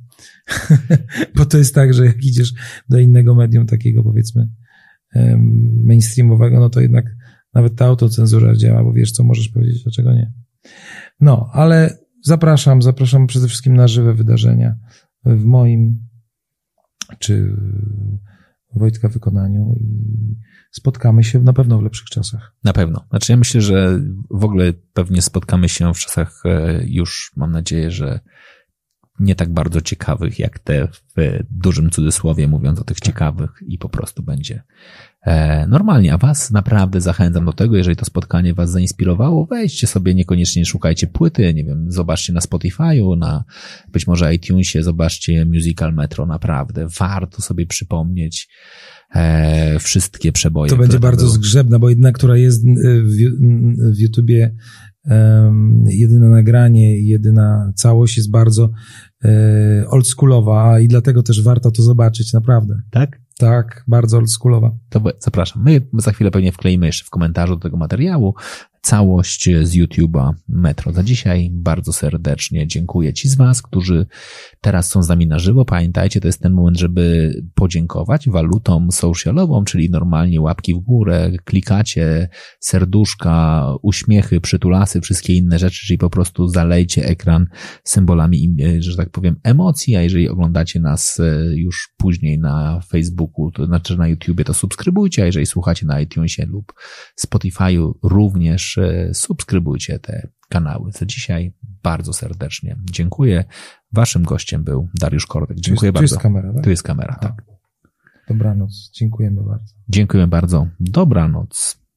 Bo to jest tak, że jak idziesz do innego medium takiego, powiedzmy, y, mainstreamowego, no to jednak nawet ta autocenzura działa, bo wiesz, co możesz powiedzieć, dlaczego nie. No, ale zapraszam, zapraszam przede wszystkim na żywe wydarzenia w moim czy Wojtka wykonaniu i spotkamy się na pewno w lepszych czasach. Na pewno. Znaczy ja myślę, że w ogóle pewnie spotkamy się w czasach już, mam nadzieję, że nie tak bardzo ciekawych, jak te w dużym cudzysłowie, mówiąc o tych ciekawych i po prostu będzie e, normalnie. A was naprawdę zachęcam do tego, jeżeli to spotkanie was zainspirowało, wejdźcie sobie, niekoniecznie szukajcie płyty, nie wiem, zobaczcie na Spotify'u, na być może iTunesie, zobaczcie Musical Metro, naprawdę warto sobie przypomnieć e, wszystkie przeboje. To będzie bardzo były. Zgrzebna, bo jedna, która jest w, w YouTubie, um, jedyne nagranie, jedyna całość jest bardzo e, oldschoolowa i dlatego też warto to zobaczyć, naprawdę. Tak? Tak, bardzo oldschoolowa. To zapraszam. My za chwilę pewnie wkleimy jeszcze w komentarzu do tego materiału całość z YouTube'a Metro. Za dzisiaj bardzo serdecznie dziękuję ci z was, którzy teraz są z nami na żywo. Pamiętajcie, to jest ten moment, żeby podziękować walutą socialową, czyli normalnie łapki w górę, klikacie, serduszka, uśmiechy, przytulasy, wszystkie inne rzeczy, czyli po prostu zalejcie ekran symbolami, że tak powiem, emocji, a jeżeli oglądacie nas już później na Facebooku, to znaczy na YouTubie, to subskrybujcie, a jeżeli słuchacie na iTunesie lub Spotify'u, również subskrybujcie te kanały. Za dzisiaj bardzo serdecznie dziękuję. Waszym gościem był Dariusz Kordek. Dziękuję tu bardzo. jest, tu jest kamera, tak? Tu jest kamera, tak. Dobranoc. Dziękujemy bardzo. Dziękuję bardzo. Dobranoc.